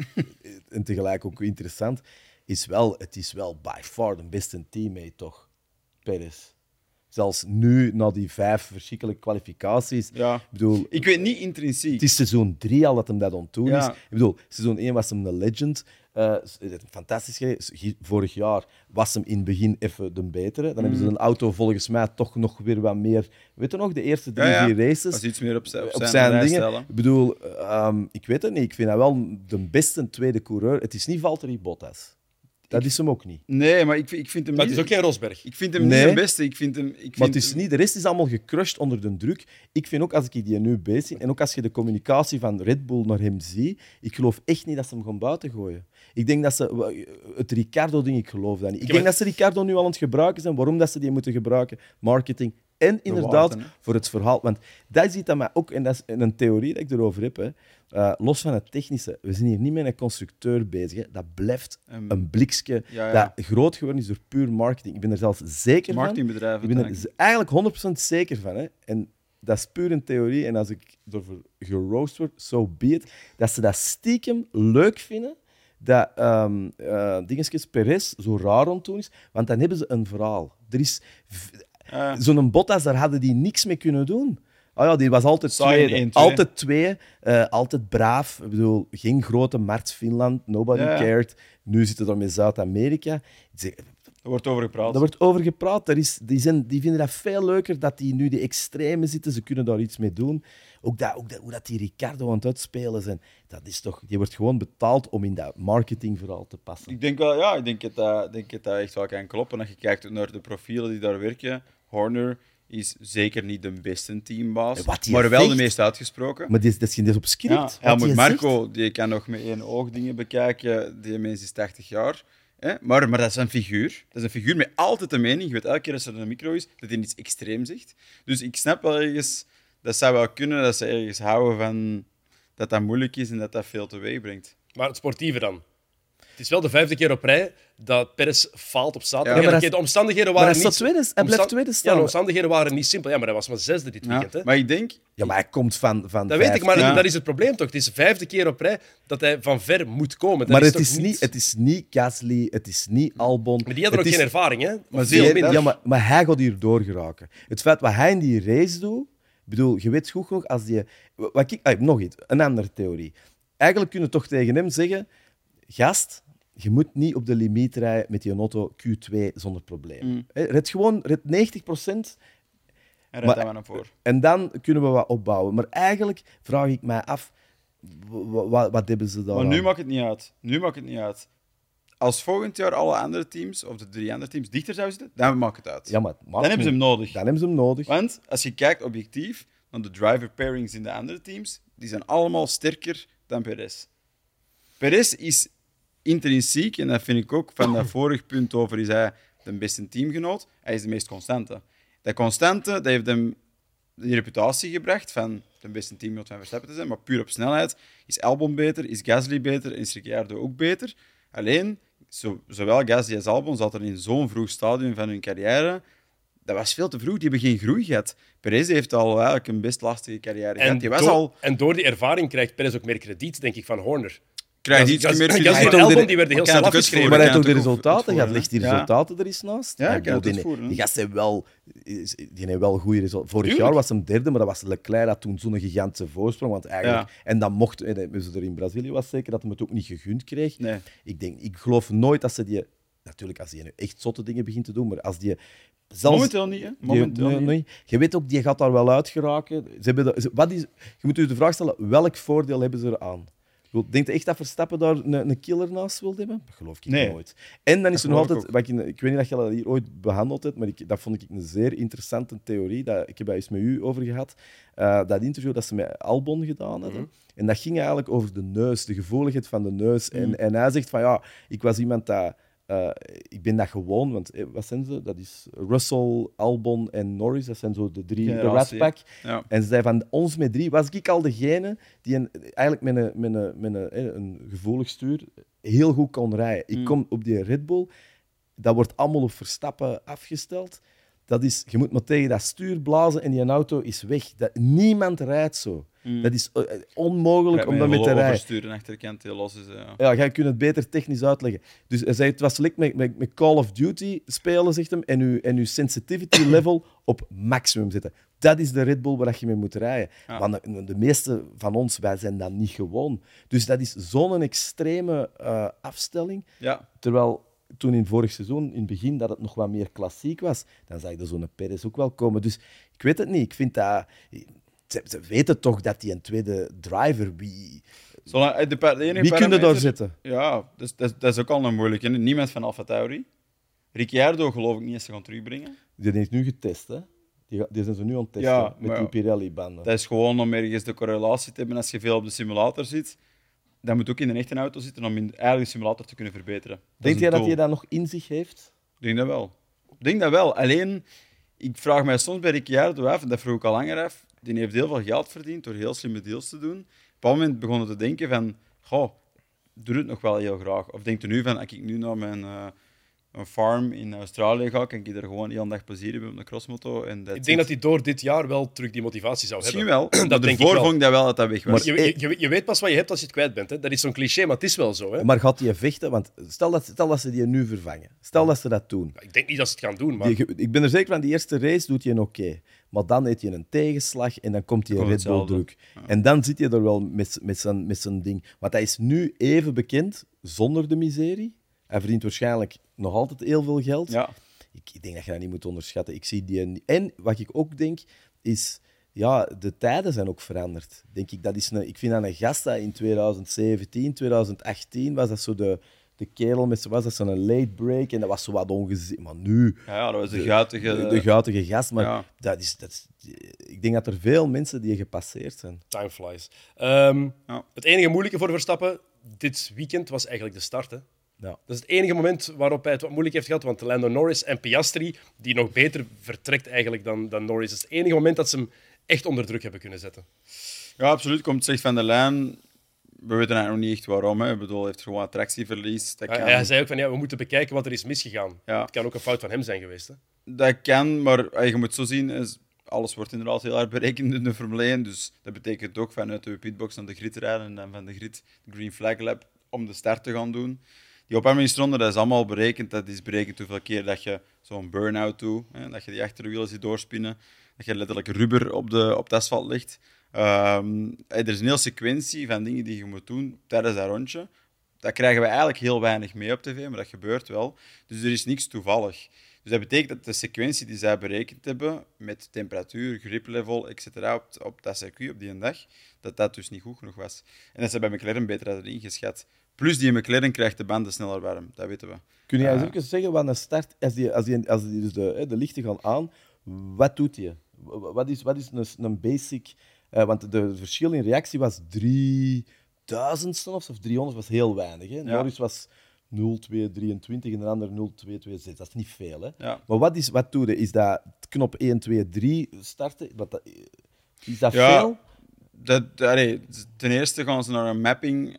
[SPEAKER 3] en tegelijk ook interessant, het is wel by far de beste teammate, toch? Perez. Zelfs nu, na die 5 verschrikkelijke kwalificaties.
[SPEAKER 2] Ja.
[SPEAKER 3] Ik bedoel,
[SPEAKER 2] Ik weet niet intrinsiek.
[SPEAKER 3] het is seizoen 3 al dat hem dat ontdoen
[SPEAKER 2] Ja.
[SPEAKER 3] is. Ik bedoel, seizoen 1 was hem een legend. Fantastisch gereden. Vorig jaar was hem in het begin even de betere. Dan hebben ze een auto volgens mij toch nog weer wat meer... Weet je nog, de eerste 3-4 races...
[SPEAKER 2] Was iets meer op
[SPEAKER 3] op
[SPEAKER 2] zijn
[SPEAKER 3] dingen.
[SPEAKER 2] rijstijl, hè.
[SPEAKER 3] Ik bedoel, ik weet het niet. Ik vind dat wel de beste tweede coureur. Het is niet Valtteri Bottas. Dat is hem ook niet.
[SPEAKER 2] Nee, maar ik vind hem
[SPEAKER 1] Maar
[SPEAKER 2] niet...
[SPEAKER 1] het is ook geen Rosberg.
[SPEAKER 2] Ik vind hem
[SPEAKER 3] Nee.
[SPEAKER 2] niet de beste. Ik vind
[SPEAKER 3] Maar het is niet, de rest is allemaal gecrushed onder de druk. Ik vind ook, als ik die nu bezig zie, en ook als je de communicatie van Red Bull naar hem ziet, ik geloof echt niet dat ze hem gaan buiten gooien. Ik denk dat ze... Het Ricciardo-ding, ik geloof dat niet. Ik denk dat ze Ricciardo nu al aan het gebruiken zijn. Waarom dat ze die moeten gebruiken? Marketing. En inderdaad,
[SPEAKER 2] waarden, hè.
[SPEAKER 3] voor het verhaal. Want dat is iets dat mij ook... En dat is een theorie dat ik erover heb. Hè. Los van het technische. We zijn hier niet met een constructeur bezig. Hè. Dat blijft een blikske.
[SPEAKER 2] Ja.
[SPEAKER 3] Dat groot geworden is door puur marketing. Ik ben er zelfs zeker van.
[SPEAKER 2] Marketingbedrijven.
[SPEAKER 3] Ik ben er
[SPEAKER 2] uiteindelijk.
[SPEAKER 3] eigenlijk 100% zeker van. Hè. En dat is puur een theorie. En als ik ervoor geroost word, so be it. Dat ze dat stiekem leuk vinden. Dat dingetjes Perez zo raar aan het doen is. Want dan hebben ze een verhaal. Er is... Zo'n Bottas, daar hadden die niks mee kunnen doen. Oh ja, die was altijd
[SPEAKER 2] Saai in
[SPEAKER 3] tweede.
[SPEAKER 2] 1-2.
[SPEAKER 3] Altijd twee. Altijd braaf. Ik bedoel, geen grote Mart Finland. Nobody
[SPEAKER 2] Ja.
[SPEAKER 3] cared. Nu zitten we er met Zuid-Amerika.
[SPEAKER 2] Er wordt over gepraat.
[SPEAKER 3] Daar wordt over gepraat. Die vinden dat veel leuker dat die nu die extreme zitten. Ze kunnen daar iets mee doen. Ook hoe dat die Ricciardo aan het uitspelen zijn. Dat is toch, die wordt gewoon betaald om in dat marketingverhaal te passen.
[SPEAKER 2] Ik denk wel, ja, ik denk dat dat echt wel kan kloppen. Als je kijkt naar de profielen die daar werken, Horner is zeker niet de beste teambaas,
[SPEAKER 3] En wat die
[SPEAKER 2] maar wel
[SPEAKER 3] zegt-
[SPEAKER 2] de meest uitgesproken.
[SPEAKER 3] Maar dat is geen op script.
[SPEAKER 2] Ja,
[SPEAKER 3] Wat
[SPEAKER 2] Helmut
[SPEAKER 3] die
[SPEAKER 2] Marko, die kan nog met één oog dingen bekijken. Die mens is 80 jaar. Hè? Maar dat is een figuur. Dat is een figuur met altijd een mening. Je weet elke keer als er een micro is, dat hij iets extreem zegt. Dus ik snap wel ergens... Dat zou wel kunnen dat ze ergens houden van... Dat moeilijk is en dat veel teweeg brengt.
[SPEAKER 1] Maar het sportieve dan. Het is wel de 5e keer op rij dat Perez faalt op zaterdag.
[SPEAKER 2] Ja,
[SPEAKER 1] En
[SPEAKER 3] maar
[SPEAKER 1] oké,
[SPEAKER 3] dat-
[SPEAKER 1] de omstandigheden
[SPEAKER 3] Maar
[SPEAKER 1] waren
[SPEAKER 3] hij
[SPEAKER 1] niet...
[SPEAKER 3] staat tweede. Hij blijft tweede
[SPEAKER 1] Ja,
[SPEAKER 3] staan.
[SPEAKER 1] de omstandigheden waren niet simpel. Ja, maar hij was maar 6e dit weekend. Hè.
[SPEAKER 2] Maar ik denk...
[SPEAKER 3] Ja, maar hij komt van
[SPEAKER 1] Dat weet ik, maar
[SPEAKER 3] 15.
[SPEAKER 1] dat is het probleem toch. Het is de 5e keer op rij dat hij van ver moet komen. Dat
[SPEAKER 3] Maar
[SPEAKER 1] is
[SPEAKER 3] het
[SPEAKER 1] toch
[SPEAKER 3] is niet Gasly, het is niet Albon.
[SPEAKER 1] Maar die hadden ook
[SPEAKER 3] Het
[SPEAKER 1] geen
[SPEAKER 3] is-
[SPEAKER 1] ervaring, hè?
[SPEAKER 2] Maar
[SPEAKER 1] Veel
[SPEAKER 2] zie je,
[SPEAKER 1] minder.
[SPEAKER 3] Ja, maar hij gaat hier doorgeraken. Het feit wat hij in die race doet... Ik bedoel, je weet goed genoeg als die... Nog iets, een andere theorie. Eigenlijk kunnen we toch tegen hem zeggen... Gast, je moet niet op de limiet rijden met die auto Q2 zonder probleem. Red 90%.
[SPEAKER 2] Hij rijdt
[SPEAKER 3] Maar-
[SPEAKER 2] daar maar naar voor.
[SPEAKER 3] En dan kunnen we wat opbouwen. Maar eigenlijk vraag ik mij af, wat hebben ze daar
[SPEAKER 2] Maar nu
[SPEAKER 3] aan?
[SPEAKER 2] maakt het niet uit. Als volgend jaar alle andere teams, of de 3 andere teams, dichter zouden zitten, dan maakt het uit.
[SPEAKER 3] Ja, maar
[SPEAKER 2] Dan hebben ze hem nodig.
[SPEAKER 3] Dan hebben ze hem nodig.
[SPEAKER 2] Want als je kijkt objectief, naar de driver pairings in de andere teams, die zijn allemaal sterker dan Perez. Perez is intrinsiek, en dat vind ik ook van dat vorige punt over, is hij de beste teamgenoot. Hij is de meest constante. Dat constante, dat heeft hem die reputatie gebracht van de beste teamgenoot van Verstappen te zijn, maar puur op snelheid is Albon beter, is Gasly beter en is Ricciardo ook beter. Alleen, zowel Gasly als Albon zaten in zo'n vroeg stadium van hun carrière. Dat was veel te vroeg, die hebben geen groei gehad. Perez heeft al eigenlijk een best lastige carrière gehad.
[SPEAKER 1] En door die ervaring krijgt Perez ook meer krediet, denk ik, van Horner.
[SPEAKER 2] Krijgt iets meer
[SPEAKER 1] Gasly
[SPEAKER 2] krediet.
[SPEAKER 1] en Albon die werden heel snel afgeschreven.
[SPEAKER 3] Maar hij heeft ook de
[SPEAKER 2] het
[SPEAKER 3] resultaten
[SPEAKER 2] uitvoeren,
[SPEAKER 3] gehad. Ligt die
[SPEAKER 2] ja.
[SPEAKER 3] resultaten er eens naast?
[SPEAKER 2] Ja,
[SPEAKER 3] Ik
[SPEAKER 2] ik kan het
[SPEAKER 3] bedoel,
[SPEAKER 2] uitvoeren,
[SPEAKER 3] die gast heeft wel goede resultaten. Vorig jaar was hem derde, maar dat was Leclerc dat toen zo'n gigantische voorsprong. Want eigenlijk, en dan mocht, er in Brazilië was zeker dat hij het ook niet gegund kreeg.
[SPEAKER 2] Nee.
[SPEAKER 3] Ik geloof nooit dat ze die... Natuurlijk, als hij nu echt zotte dingen begint te doen, maar als die... Zelfs,
[SPEAKER 2] Momenteel niet, hè? Momenteel niet.
[SPEAKER 3] Je weet ook, die gaat daar wel uit geraken. Je moet je de vraag stellen, welk voordeel hebben ze eraan? Denkt je echt dat Verstappen daar een killer naast wil hebben? Dat geloof ik nooit. En dan is er nog altijd... Ik weet niet of je dat hier ooit behandeld hebt, maar dat vond ik een zeer interessante theorie. Ik heb daar eens met u over gehad. Dat interview dat ze met Albon gedaan hadden. En dat ging eigenlijk over de neus, de gevoeligheid van de neus. En hij zegt van, ja, ik was iemand dat... ik ben dat gewoon, want wat zijn ze? Dat is Russell, Albon en Norris. Dat zijn zo de drie, de Rat Pack.
[SPEAKER 2] Ja.
[SPEAKER 3] En ze zei van ons met drie was ik al degene die eigenlijk met een gevoelig stuur heel goed kon rijden. Ik kom op die Red Bull, dat wordt allemaal op Verstappen afgesteld. Dat is, je moet maar tegen dat stuur blazen en die auto is weg. Niemand rijdt zo. Dat is onmogelijk om daarmee te rijden.
[SPEAKER 2] Oversturen achterkant heel los is.
[SPEAKER 3] Ja, jij kunt het beter technisch uitleggen. Dus hij zei, het was gelijk met Call of Duty spelen, zegt hem, en uw sensitivity level op maximum zetten. Dat is de Red Bull waar je mee moet rijden.
[SPEAKER 2] Ja.
[SPEAKER 3] Want de meeste van ons, wij zijn dat niet gewoon. Dus dat is zo'n extreme afstelling.
[SPEAKER 2] Ja.
[SPEAKER 3] Terwijl toen in vorig seizoen, in het begin, dat het nog wat meer klassiek was, dan zag je zo'n Perez ook wel komen. Dus ik weet het niet. Ik vind dat... Ze weten toch dat die een tweede driver... Wie kunnen daar zitten?
[SPEAKER 2] Ja, dat is ook al een moeilijke. Niemand van AlphaTauri. Ricciardo geloof ik niet eens te gaan terugbrengen.
[SPEAKER 3] Die is nu getest, hè? Die zijn ze nu aan het testen met die Pirelli-banden.
[SPEAKER 2] Dat is gewoon om ergens de correlatie te hebben. Als je veel op de simulator zit, dan moet ook in een echte auto zitten om eigenlijk de simulator te kunnen verbeteren.
[SPEAKER 3] Denk jij dat hij dat nog in zich heeft?
[SPEAKER 2] Ik denk dat wel. Alleen, ik vraag mij soms bij Ricciardo af, en dat vroeg ik al langer af, die heeft heel veel geld verdiend door heel slimme deals te doen. Op een moment begonnen te denken van, doe het nog wel heel graag. Of denkt u nu van, als ik nu naar mijn een farm in Australië ga, kan ik er gewoon heel dag plezier hebben op een crossmoto.
[SPEAKER 1] Ik denk dat hij door dit jaar wel terug die motivatie zou
[SPEAKER 2] misschien
[SPEAKER 1] hebben.
[SPEAKER 2] Misschien wel.
[SPEAKER 1] Dat denk
[SPEAKER 2] Daarvoor
[SPEAKER 1] ik wel.
[SPEAKER 2] vond ik dat wel dat dat weg was.
[SPEAKER 1] Maar je weet pas wat je hebt als je het kwijt bent. Hè? Dat is zo'n cliché, maar het is wel zo. Hè?
[SPEAKER 3] Maar gaat hij vechten? Want stel dat ze die nu vervangen. Stel dat ze dat doen.
[SPEAKER 1] Ik denk niet dat ze het gaan doen, maar...
[SPEAKER 3] Ik ben er zeker van, die eerste race doet hij oké. Maar dan heeft hij een tegenslag en dan komt hij Red Bull
[SPEAKER 2] hetzelfde.
[SPEAKER 3] druk. Ja. En dan zit je er wel met zijn ding. Want hij is nu even bekend zonder de miserie. Hij verdient waarschijnlijk nog altijd heel veel geld.
[SPEAKER 2] Ja.
[SPEAKER 3] Ik denk dat je dat niet moet onderschatten. Ik zie die... En wat ik ook denk, is... Ja, de tijden zijn ook veranderd. Denk ik. Ik vind dat een gast dat in 2017, 2018 was dat zo de kerel met zo'n late break en dat was zo wat ongezien. Maar nu...
[SPEAKER 2] Ja, dat was de guitige...
[SPEAKER 3] De guitige gast, maar ik denk dat er veel mensen die gepasseerd zijn.
[SPEAKER 1] Time flies. Het enige moeilijke voor Verstappen dit weekend was eigenlijk de start. Hè?
[SPEAKER 3] Ja.
[SPEAKER 1] Dat is het enige moment waarop hij het wat moeilijk heeft gehad, want Lando Norris en Piastri, die nog beter vertrekt eigenlijk dan Norris, dat is het enige moment dat ze hem echt onder druk hebben kunnen zetten.
[SPEAKER 2] Ja, absoluut. Komt slecht van de lijn. We weten eigenlijk nog niet echt waarom. Hè. Ik bedoel, hij heeft gewoon attractieverlies.
[SPEAKER 1] Hij zei ook van, we moeten bekijken wat er is misgegaan.
[SPEAKER 2] Ja.
[SPEAKER 1] Het kan ook een fout van hem zijn geweest. Hè?
[SPEAKER 2] Dat kan, maar je moet zo zien, alles wordt inderdaad heel hard berekend in de Formule 1. Dus dat betekent ook vanuit de pitbox naar de grid rijden en dan van de grid de Green Flag Lap om de start te gaan doen. Die opwarmingsronde, dat is allemaal berekend. Dat is berekend hoeveel keer dat je zo'n burn-out doet, hè, dat je die achterwielen ziet doorspinnen, dat je letterlijk rubber op het asfalt ligt. Er is een hele sequentie van dingen die je moet doen tijdens dat rondje. Dat krijgen we eigenlijk heel weinig mee op tv, maar dat gebeurt wel. Dus er is niks toevallig. Dus dat betekent dat de sequentie die zij berekend hebben, met temperatuur, grip level, etc. op dat circuit op die dag, dat dus niet goed genoeg was. En dat ze bij McLaren beter hadden ingeschat. Plus die McLaren krijgt de banden sneller warm, dat weten we.
[SPEAKER 3] Kun je eens even zeggen, wat een start, als die dus de lichten gaan aan, wat doet hij? Wat is een basic... want de verschil in reactie was 3000ste of 300 was heel weinig. Hè? Norris was 0,223 en de ander 0,226. Dat is niet veel. Hè?
[SPEAKER 2] Ja.
[SPEAKER 3] Maar wat doe je? Is dat knop 1, 2, 3 starten? Is dat
[SPEAKER 2] Ja.
[SPEAKER 3] veel?
[SPEAKER 2] Ten eerste gaan ze naar een mapping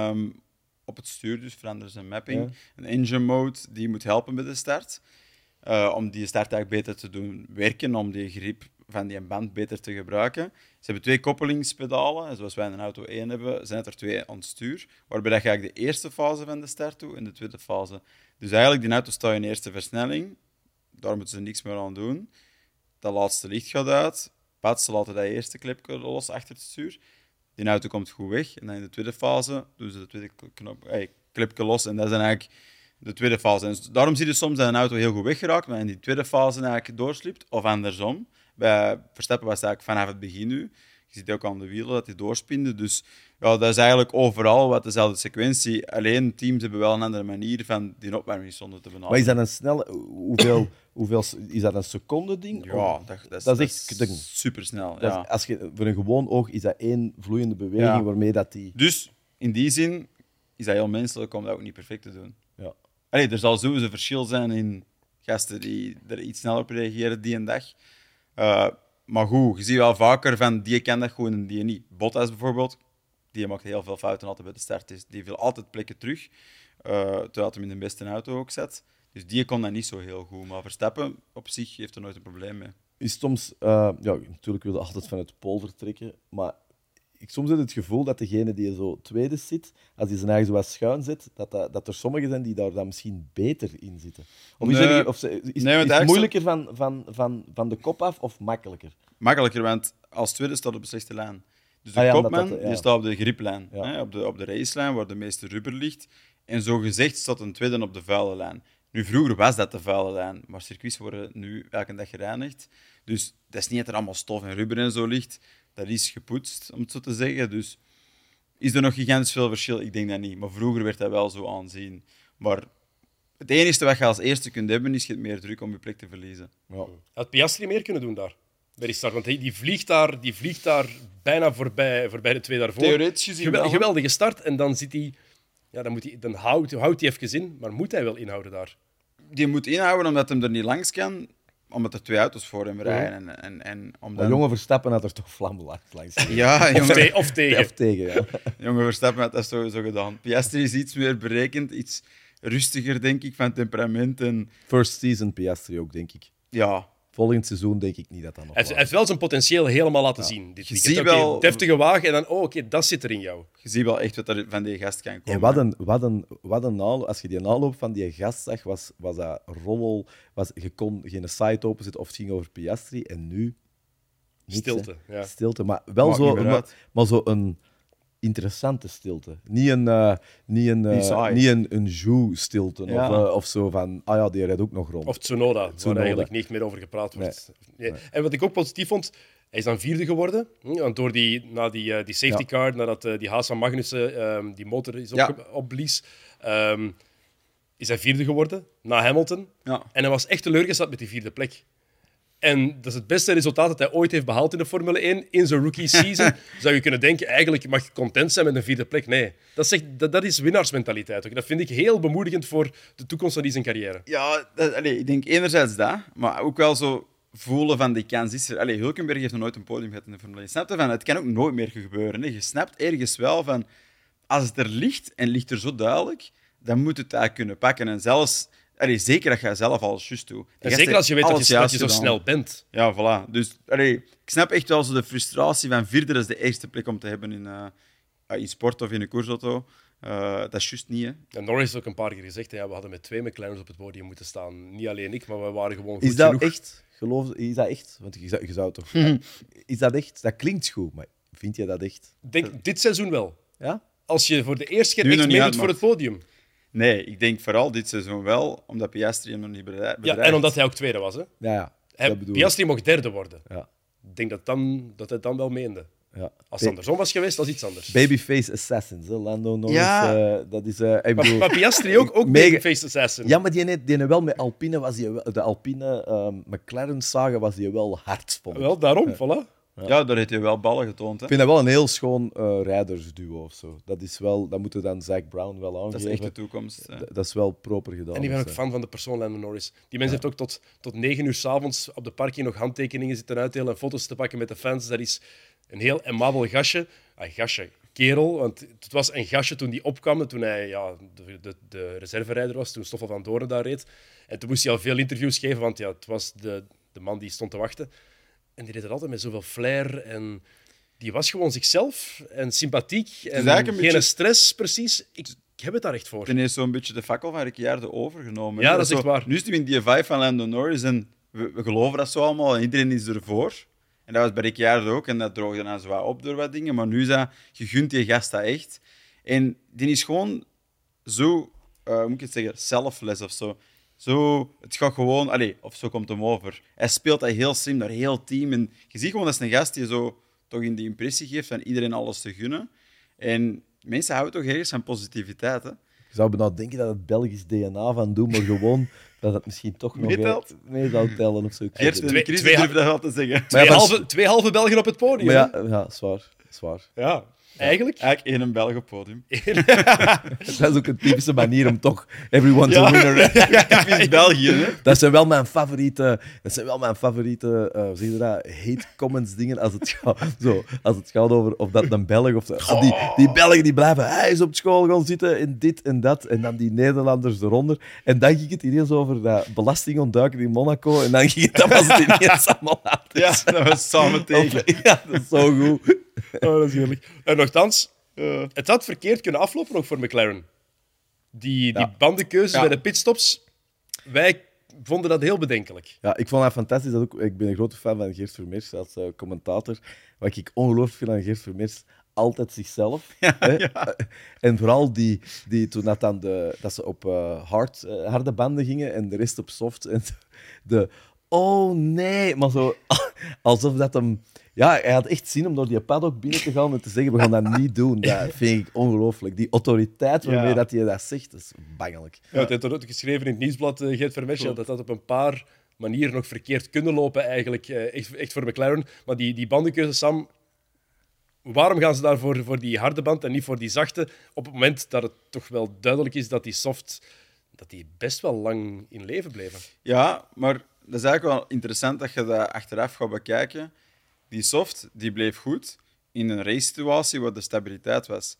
[SPEAKER 2] op het stuur, dus veranderen ze een mapping.
[SPEAKER 3] Ja.
[SPEAKER 2] Een engine mode die moet helpen bij de start. Om die start eigenlijk beter te doen werken, om die grip van die band beter te gebruiken. Ze hebben 2 koppelingspedalen, en zoals wij in een auto 1 hebben, zijn er 2 aan het stuur, waarbij dat je eigenlijk de eerste fase van de start doet en de tweede fase. Dus eigenlijk, die auto staat in eerste versnelling, daar moeten ze niks meer aan doen. Dat laatste licht gaat uit, ze laten dat eerste klepje los achter het stuur. Die auto komt goed weg. En dan in de tweede fase doen ze de tweede klepje los. En dat is dan eigenlijk de tweede fase. En daarom zie je soms dat een auto heel goed weggeraakt, maar in die tweede fase eigenlijk doorslipt. Of andersom. Bij Verstappen was het eigenlijk vanaf het begin nu. Je ziet ook aan de wielen dat die doorspinden. Dus ja, dat is eigenlijk overal wat dezelfde sequentie. Alleen teams hebben wel een andere manier van die opwarmingszonde te benaderen.
[SPEAKER 3] Maar is dat een snelle... Hoeveel is dat een seconde ding?
[SPEAKER 2] Ja,
[SPEAKER 3] dat is echt ding.
[SPEAKER 2] supersnel.
[SPEAKER 3] Dat
[SPEAKER 2] Ja.
[SPEAKER 3] is, als je, voor een gewoon oog is dat één vloeiende beweging
[SPEAKER 2] Ja.
[SPEAKER 3] waarmee dat die...
[SPEAKER 2] Dus in die zin is dat heel menselijk om dat ook niet perfect te doen.
[SPEAKER 3] Ja.
[SPEAKER 2] Allee, er zal sowieso verschil zijn in gasten die er iets sneller op reageren die een dag. Maar goed, je ziet wel vaker van die kan dat gewoon en die niet. Bottas bijvoorbeeld, die maakt heel veel fouten altijd bij de start. Dus die viel altijd plekken terug, terwijl hij hem in de beste auto ook zet. Dus die kon dat niet zo heel goed. Maar Verstappen op zich heeft er nooit een probleem mee.
[SPEAKER 3] Is soms... ja, natuurlijk wil je altijd van het pool vertrekken, maar soms heb ik het gevoel dat degene die zo tweede zit, als hij zijn eigen zo wat schuin zet, dat er sommigen zijn die daar dan misschien beter in zitten. Of is,
[SPEAKER 2] Nee.
[SPEAKER 3] is
[SPEAKER 2] Nee, want
[SPEAKER 3] het
[SPEAKER 2] eigenlijk
[SPEAKER 3] moeilijker van de kop af of makkelijker?
[SPEAKER 2] Makkelijker, want als tweede staat op de slechtste lijn. Dus de
[SPEAKER 3] Ah ja,
[SPEAKER 2] kopman
[SPEAKER 3] omdat dat- ja.
[SPEAKER 2] die staat op de griplijn,
[SPEAKER 3] Ja.
[SPEAKER 2] hè, op de racelijn, waar de meeste rubber ligt. En zo gezegd staat een tweede op de vuile lijn. Nu, vroeger was dat de vuile lijn, maar circuits worden nu elke dag gereinigd. Dus dat is niet dat er allemaal stof en rubber en zo ligt. Dat is gepoetst, om het zo te zeggen. Dus is er nog gigantisch veel verschil? Ik denk dat niet. Maar vroeger werd dat wel zo aanzien. Maar het enige wat je als eerste kunt hebben, is je hebt meer druk om je plek te verliezen.
[SPEAKER 3] Ja.
[SPEAKER 1] Had Piastri meer kunnen doen daar? Bij die start, want die vliegt daar bijna voorbij de twee daarvoor.
[SPEAKER 2] Theoretisch gezien wel.
[SPEAKER 1] Geweldige start en dan zit hij... Ja, dan houdt hij even in, maar moet hij wel inhouden daar?
[SPEAKER 2] Die moet inhouden omdat hem er niet langs kan, omdat er 2 auto's voor hem rijden. En
[SPEAKER 3] Maar
[SPEAKER 2] omdat...
[SPEAKER 3] jonge Verstappen had er toch vlammen langs.
[SPEAKER 2] Ja,
[SPEAKER 1] Of,
[SPEAKER 2] jonge,
[SPEAKER 1] of tegen.
[SPEAKER 3] Of tegen, ja.
[SPEAKER 2] jonge Verstappen had dat sowieso gedaan. Piastri is iets meer berekend, iets rustiger, denk ik, van temperament. En
[SPEAKER 3] First season Piastri ook, denk ik.
[SPEAKER 2] ja,
[SPEAKER 3] Volgend seizoen denk ik niet dat dat nog
[SPEAKER 1] Hij
[SPEAKER 3] waar
[SPEAKER 1] heeft wel zijn potentieel helemaal laten zien. Dit
[SPEAKER 2] Je
[SPEAKER 1] weekend.
[SPEAKER 2] ziet
[SPEAKER 1] Oké,
[SPEAKER 2] wel-
[SPEAKER 1] deftige wagen en dan, oké, dat zit er in jou.
[SPEAKER 2] je ziet wel echt wat er van die gast kan
[SPEAKER 3] En
[SPEAKER 2] komen.
[SPEAKER 3] wat een aanloop, als je die aanloop van die gast zag, was dat rommel. Je kon geen site openzetten of het ging over Piastri. En nu... niks,
[SPEAKER 1] Stilte,
[SPEAKER 3] hè.
[SPEAKER 1] ja.
[SPEAKER 3] Stilte, maar wel
[SPEAKER 2] Maakt
[SPEAKER 3] zo,
[SPEAKER 2] niet meer uit.
[SPEAKER 3] maar zo een interessante stilte. Niet een
[SPEAKER 2] saai.
[SPEAKER 3] een Joe-stilte
[SPEAKER 2] Ja.
[SPEAKER 3] of zo van, ah ja, die rijdt ook nog rond.
[SPEAKER 1] Of Tsunoda,
[SPEAKER 3] Tsunoda.
[SPEAKER 1] waar eigenlijk niet meer over gepraat wordt. Nee. En wat ik ook positief vond, hij is dan vierde geworden. Want door die safety
[SPEAKER 3] Ja.
[SPEAKER 1] car, nadat die Haas van Magnussen die motor is
[SPEAKER 2] Ja.
[SPEAKER 1] opblies, is hij vierde geworden na Hamilton.
[SPEAKER 2] Ja.
[SPEAKER 1] En hij was echt teleurgesteld met die vierde plek. En dat is het beste resultaat dat hij ooit heeft behaald in de Formule 1 in zijn rookie season. Zou je kunnen denken, eigenlijk mag je content zijn met een vierde plek. Nee, dat is winnaarsmentaliteit. Ook. Dat vind ik heel bemoedigend voor de toekomst van die zijn carrière.
[SPEAKER 2] Ja, ik denk enerzijds dat, maar ook wel zo voelen van die kans is er. Hulkenberg heeft nog nooit een podium gehad in de Formule 1. Snap je van, het kan ook nooit meer gebeuren. Hè? Je snapt ergens wel van, als het er ligt, en ligt er zo duidelijk, dan moet het daar kunnen pakken. En zelfs, zeker dat je zelf alles juist doet.
[SPEAKER 1] En zeker als je weet dat
[SPEAKER 2] Alles
[SPEAKER 1] je zo
[SPEAKER 2] juist gedaan.
[SPEAKER 1] snel bent.
[SPEAKER 2] Ja, voilà. Dus ik snap echt wel zo de frustratie van vierde, dat is de eerste plek om te hebben in sport of in een koersauto. Dat is juist niet, hè.
[SPEAKER 1] En Norris heeft ook een paar keer gezegd, we hadden met 2 McLaren's op het podium moeten staan. Niet alleen ik, maar we waren gewoon goed
[SPEAKER 3] Is dat
[SPEAKER 1] genoeg.
[SPEAKER 3] echt? Is dat echt? Want je zou toch... Is dat echt? Dat klinkt goed, maar vind je dat echt?
[SPEAKER 1] Ik denk dit seizoen wel.
[SPEAKER 3] Ja?
[SPEAKER 1] Als je voor de eerste keer
[SPEAKER 2] Nu
[SPEAKER 1] echt
[SPEAKER 2] nog niet
[SPEAKER 1] meedoet voor het
[SPEAKER 2] uitmaakt.
[SPEAKER 1] podium.
[SPEAKER 2] Nee, ik denk vooral dit seizoen wel, omdat Piastri hem nog niet bedreigt.
[SPEAKER 1] Ja, en omdat hij ook tweede was. Hè.
[SPEAKER 3] Ja, dat bedoel ik.
[SPEAKER 1] Piastri mocht derde worden.
[SPEAKER 3] Ja.
[SPEAKER 1] Ik denk dat hij dan wel meende.
[SPEAKER 3] Ja.
[SPEAKER 1] Als het andersom was geweest, dat is iets anders.
[SPEAKER 3] Babyface Assassins, hè? Lando Norris.
[SPEAKER 2] Ja.
[SPEAKER 3] Dat is... ik bedoel,
[SPEAKER 1] Maar Piastri ook
[SPEAKER 3] mega-
[SPEAKER 1] babyface assassin.
[SPEAKER 3] ja, maar die wel met Alpine was die wel... De Alpine McLaren-saga was die wel hard, vond ik.
[SPEAKER 1] Wel, daarom, voilà.
[SPEAKER 2] Ja, daar heeft hij wel ballen getoond. Hè.
[SPEAKER 3] Ik vind dat wel een heel schoon rijdersduo of zo. Dat moeten dan Zac Brown wel aangeven.
[SPEAKER 2] Dat is echt de toekomst.
[SPEAKER 3] Dat is wel proper gedaan.
[SPEAKER 1] En ik ben ook
[SPEAKER 3] dus,
[SPEAKER 1] fan van de persoon Lando Norris. Die mens heeft ook tot 9 uur 's avonds op de parking nog handtekeningen zitten uitdelen en foto's te pakken met de fans. Dat is een heel amabel gastje. Kerel. Want het was een gastje toen hij opkwam, toen hij de reserverijder was, toen Stoffel van Doorn daar reed. En toen moest hij al veel interviews geven, want ja, het was de man die stond te wachten. En die deed het altijd met zoveel flair en die was gewoon zichzelf en sympathiek en
[SPEAKER 2] eigenlijk een
[SPEAKER 1] geen
[SPEAKER 2] beetje-
[SPEAKER 1] stress, precies. Ik heb het daar echt voor.
[SPEAKER 2] Ten eerste zo'n beetje de fakkel van Ricciardo overgenomen.
[SPEAKER 1] Ja,
[SPEAKER 2] hè.
[SPEAKER 1] dat is echt
[SPEAKER 2] Zo,
[SPEAKER 1] waar.
[SPEAKER 2] Nu is hij in die vibe van Lando Norris en we geloven dat zo allemaal en iedereen is ervoor. En dat was bij Ricciardo ook en dat droogde dan zo wat op door wat dingen. Maar nu is dat, je gunt die gast dat echt. En die is gewoon zo, hoe moet ik het zeggen, selfless of zo. Het gaat gewoon, of zo komt hem over. Hij speelt dat heel slim, naar heel team. En je ziet gewoon dat is een gast die zo toch in die impressie geeft van iedereen alles te gunnen. En mensen houden toch ergens van positiviteit, hè?
[SPEAKER 3] Je zou bijna denken dat het Belgisch DNA van doen, maar gewoon dat het misschien toch nog
[SPEAKER 2] Meetelt?
[SPEAKER 3] mee zou tellen of zo. Ik weet
[SPEAKER 2] Eerst
[SPEAKER 3] het
[SPEAKER 2] in
[SPEAKER 3] niet.
[SPEAKER 2] de crisis
[SPEAKER 1] twee-
[SPEAKER 2] durf dat wel te zeggen.
[SPEAKER 3] Maar ja,
[SPEAKER 1] Twee halve Belgen op het podium.
[SPEAKER 3] Maar
[SPEAKER 1] hè?
[SPEAKER 3] ja, zwaar.
[SPEAKER 1] Ja, eigenlijk.
[SPEAKER 2] Eigenlijk één Belg op podium.
[SPEAKER 3] Dat is ook een typische manier om toch everyone's a winner.
[SPEAKER 2] Typisch België, hè?
[SPEAKER 3] Dat zijn wel mijn favoriete, hoe zeg je dat, hate comments dingen als het gaat over of dat een Belg of die Belgen die blijven, hij is op school gaan zitten in dit en dat en dan die Nederlanders eronder. En dan ging het ineens over dat belastingontduiken in Monaco en dan ging dat was het ineens allemaal aan.
[SPEAKER 2] Ja, dat was samen tegen.
[SPEAKER 3] Ja, dat is zo goed.
[SPEAKER 1] Oh, dat is heerlijk. En nogthans, het had verkeerd kunnen aflopen nog voor McLaren. Die bandenkeuzes
[SPEAKER 2] Ja.
[SPEAKER 1] bij de pitstops, wij vonden dat heel bedenkelijk.
[SPEAKER 3] Ja, ik vond dat fantastisch. Ik ben een grote fan van Geert Vermeers als commentator. Wat ik ongelooflijk vind aan Geert Vermeers, altijd zichzelf. Hè? En vooral die toen dat ze op harde banden gingen en de rest op soft. En oh nee, maar zo alsof dat hem... Ja, hij had echt zin om door die paddock binnen te gaan en te zeggen, we gaan dat niet doen. Dat vind ik ongelooflijk. Die autoriteit waarmee dat hij dat zegt, dat is bangelijk.
[SPEAKER 1] Ja, het heeft er ook geschreven in het nieuwsblad, Geert Vermeers, dat dat op een paar manieren nog verkeerd kunnen lopen, eigenlijk. Echt voor McLaren. Maar die bandenkeuze, Sam, waarom gaan ze daar voor die harde band en niet voor die zachte? Op het moment dat het toch wel duidelijk is dat die soft dat die best wel lang in leven bleven.
[SPEAKER 2] Ja, maar dat is eigenlijk wel interessant dat je dat achteraf gaat bekijken. Die soft die bleef goed in een race-situatie waar de stabiliteit was.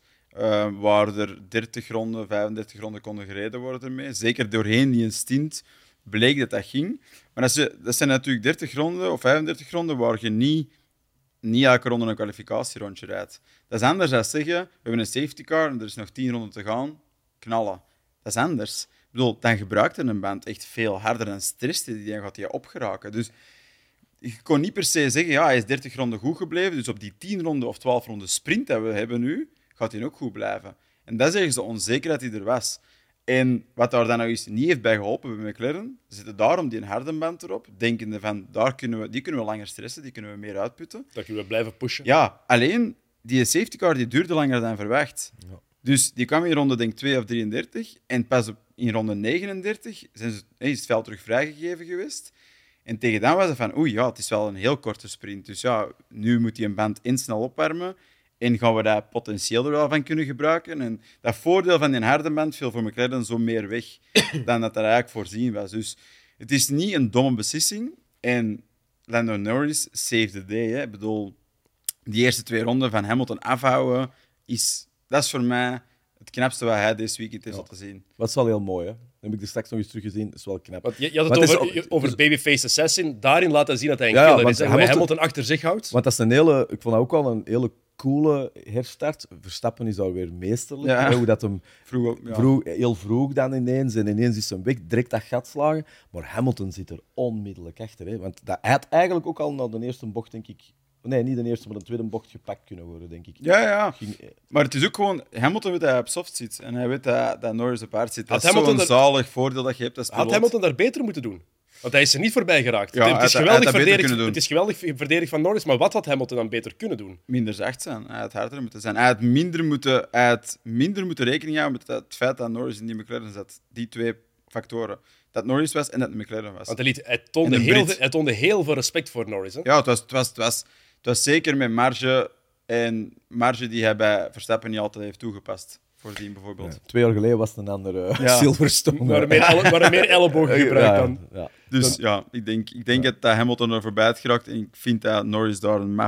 [SPEAKER 2] Waar er 30 ronden, 35 ronden konden gereden worden mee. Zeker doorheen die een stint bleek dat dat ging. Maar dat zijn natuurlijk 30 ronden of 35 ronden waar je niet elke ronde een kwalificatierondje rijdt. Dat is anders dan zeggen, we hebben een safety car en er is nog 10 ronden te gaan, knallen. Dat is anders. Ik bedoel, dan gebruikt een band echt veel harder en stresste die, dan gaat die opgeraken. Dus je kon niet per se zeggen, ja, hij is 30 ronden goed gebleven, dus op die 10 ronden of 12 ronden sprint dat we hebben nu, gaat hij ook goed blijven. En dat is eigenlijk de onzekerheid die er was. En wat daar dan nog eens niet heeft bij geholpen bij McLaren, ze zitten daarom die een harde band erop, denkende van, die kunnen we langer stressen, die kunnen we meer uitputten.
[SPEAKER 1] Dat kunnen we blijven pushen.
[SPEAKER 2] Ja, alleen die safety car die duurde langer dan verwacht.
[SPEAKER 3] Ja.
[SPEAKER 2] Dus die kwam in ronde denk 2 of 33 en pas in ronde 39 is het veld terug vrijgegeven geweest. En tegen dan was het van, oei, ja, het is wel een heel korte sprint. Dus ja, nu moet die een band snel opwarmen. En gaan we dat potentieel er wel van kunnen gebruiken. En dat voordeel van die harde band viel voor McLaren zo meer weg dan dat er eigenlijk voorzien was. Dus het is niet een domme beslissing. En Lando Norris saved the day. Hè. Ik bedoel, die eerste 2 ronden van Hamilton afhouden, dat is voor mij het knapste wat hij deze weekend heeft laten zien.
[SPEAKER 3] Dat is wel heel mooi, hè? Dat heb ik er straks nog eens teruggezien. Dat is wel knap.
[SPEAKER 1] Want je had
[SPEAKER 3] Maar
[SPEAKER 1] het
[SPEAKER 3] het
[SPEAKER 1] over,
[SPEAKER 3] is
[SPEAKER 1] over Babyface Assassin. Daarin laten zien dat hij een
[SPEAKER 3] Ja, ja,
[SPEAKER 1] killer
[SPEAKER 3] want
[SPEAKER 1] is. En hoe hij
[SPEAKER 3] Hamilton-
[SPEAKER 1] Hamilton achter zich houdt.
[SPEAKER 3] Want dat is ik vond dat ook wel een hele coole herstart. Verstappen is alweer meesterlijk.
[SPEAKER 2] Ja.
[SPEAKER 3] Hè, hoe dat hem
[SPEAKER 2] Vroeg, ja.
[SPEAKER 3] heel vroeg dan ineens, en ineens is hem weg, direct dat gat slagen. Maar Hamilton zit er onmiddellijk achter. Hè, want hij had eigenlijk ook al na de eerste bocht, denk ik... Nee, niet de eerste, maar de tweede bocht gepakt kunnen worden, denk ik.
[SPEAKER 2] Ja.
[SPEAKER 3] Ging,
[SPEAKER 2] Maar het is ook gewoon... Hamilton weet dat hij op soft zit. En hij weet dat Norris op hard zit. Dat
[SPEAKER 1] Had
[SPEAKER 2] is
[SPEAKER 1] Hamilton
[SPEAKER 2] zo'n
[SPEAKER 1] er-
[SPEAKER 2] zalig voordeel dat je hebt als
[SPEAKER 1] Had
[SPEAKER 2] piloot.
[SPEAKER 1] Hamilton daar beter moeten doen? Want hij is er niet voorbij geraakt.
[SPEAKER 2] Ja,
[SPEAKER 1] het, is
[SPEAKER 2] hij
[SPEAKER 1] geweldig
[SPEAKER 2] had dat beter
[SPEAKER 1] verdedigd,
[SPEAKER 2] kunnen doen.
[SPEAKER 1] het is geweldig verdedigd van Norris, maar wat had Hamilton dan beter kunnen doen?
[SPEAKER 2] Minder zacht zijn. Hij had harder moeten zijn. Hij had minder moeten rekening houden met het feit dat Norris in die McLaren zat. Die twee factoren. Dat Norris was en dat McLaren was.
[SPEAKER 1] Want hij
[SPEAKER 2] En een Brit.
[SPEAKER 1] toonde heel veel respect voor Norris. Hè?
[SPEAKER 2] Ja, het was zeker met marge die hij bij Verstappen niet altijd heeft toegepast. Voordien bijvoorbeeld.
[SPEAKER 3] Ja, 2 jaar geleden was het een andere
[SPEAKER 2] Ja.
[SPEAKER 3] Silverstone.
[SPEAKER 1] Waren meer ellebogen gebruikt dan.
[SPEAKER 3] Ja.
[SPEAKER 2] Dus ja, ik denk dat Hamilton er voorbij had geraakt. En ik vind dat Norris daar een